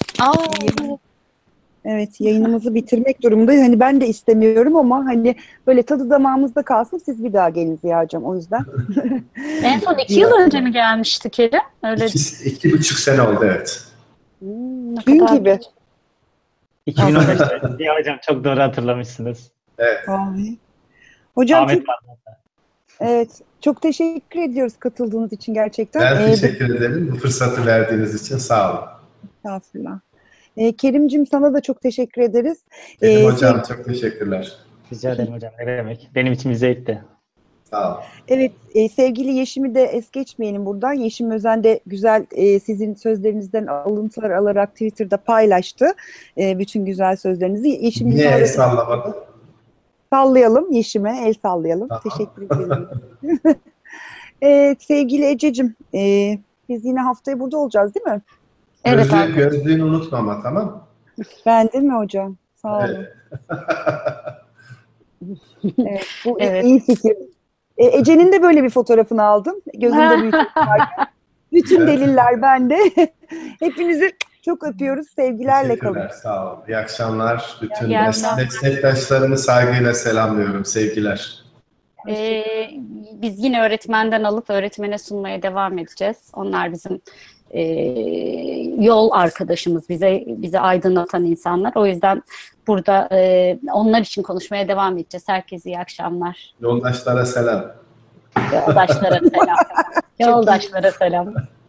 Evet, yayınımızı bitirmek durumundayız. Hani ben de istemiyorum ama hani böyle tadı damağımızda kalsın, siz bir daha gelin Ziya Hocam, o yüzden. En son 2 yıl önce mi gelmişti Kerim? Öyle. 2,5 sene oldu, evet. Ne Gün kadar gibi. 2015'te Ziya Hocam, çok doğru hatırlamışsınız. Evet. Vallahi. Hocam Ahmet çok, var. Evet, çok teşekkür ediyoruz katıldığınız için gerçekten. Ben teşekkür ederim. Bu fırsatı verdiğiniz için sağ olun. Estağfurullah. Kerimcim, sana da çok teşekkür ederiz. Benim hocam çok teşekkürler. Rica ederim hocam, ne demek. Benim için bir zevkti. Sağ olun. Evet, sevgili Yeşim'i de es geçmeyelim buradan. Yeşim Özen de güzel sizin sözlerinizden alıntılar alarak Twitter'da paylaştı. Bütün güzel sözlerinizi. Yeşim, Niye el sallamadın? sallayalım Yeşim'e, el sallayalım. Aha. Teşekkür ederim. Sevgili Ececiğim, biz yine haftaya burada olacağız değil mi? Evet, Gözlüğünü unutma ama, tamam. Ben değil mi hocam? Sağ olun. Evet. Evet, bu Evet. iyi fikir. Ece'nin de böyle bir fotoğrafını aldım. Gözümde büyütük varken. Bütün deliller bende. Hepinizi çok öpüyoruz. Sevgilerle kalın. Teşekkürler, sağ olun. İyi akşamlar. Bütün İyi akşamlar. meslektaşlarımı saygıyla selamlıyorum. Sevgiler. Biz yine öğretmenden alıp öğretmene sunmaya devam edeceğiz. Onlar bizim yol arkadaşımız, bize aydınlatan insanlar. O yüzden burada onlar için konuşmaya devam edeceğiz. Herkese iyi akşamlar. Yoldaşlara selam. Yoldaşlara selam. Yoldaşlara selam.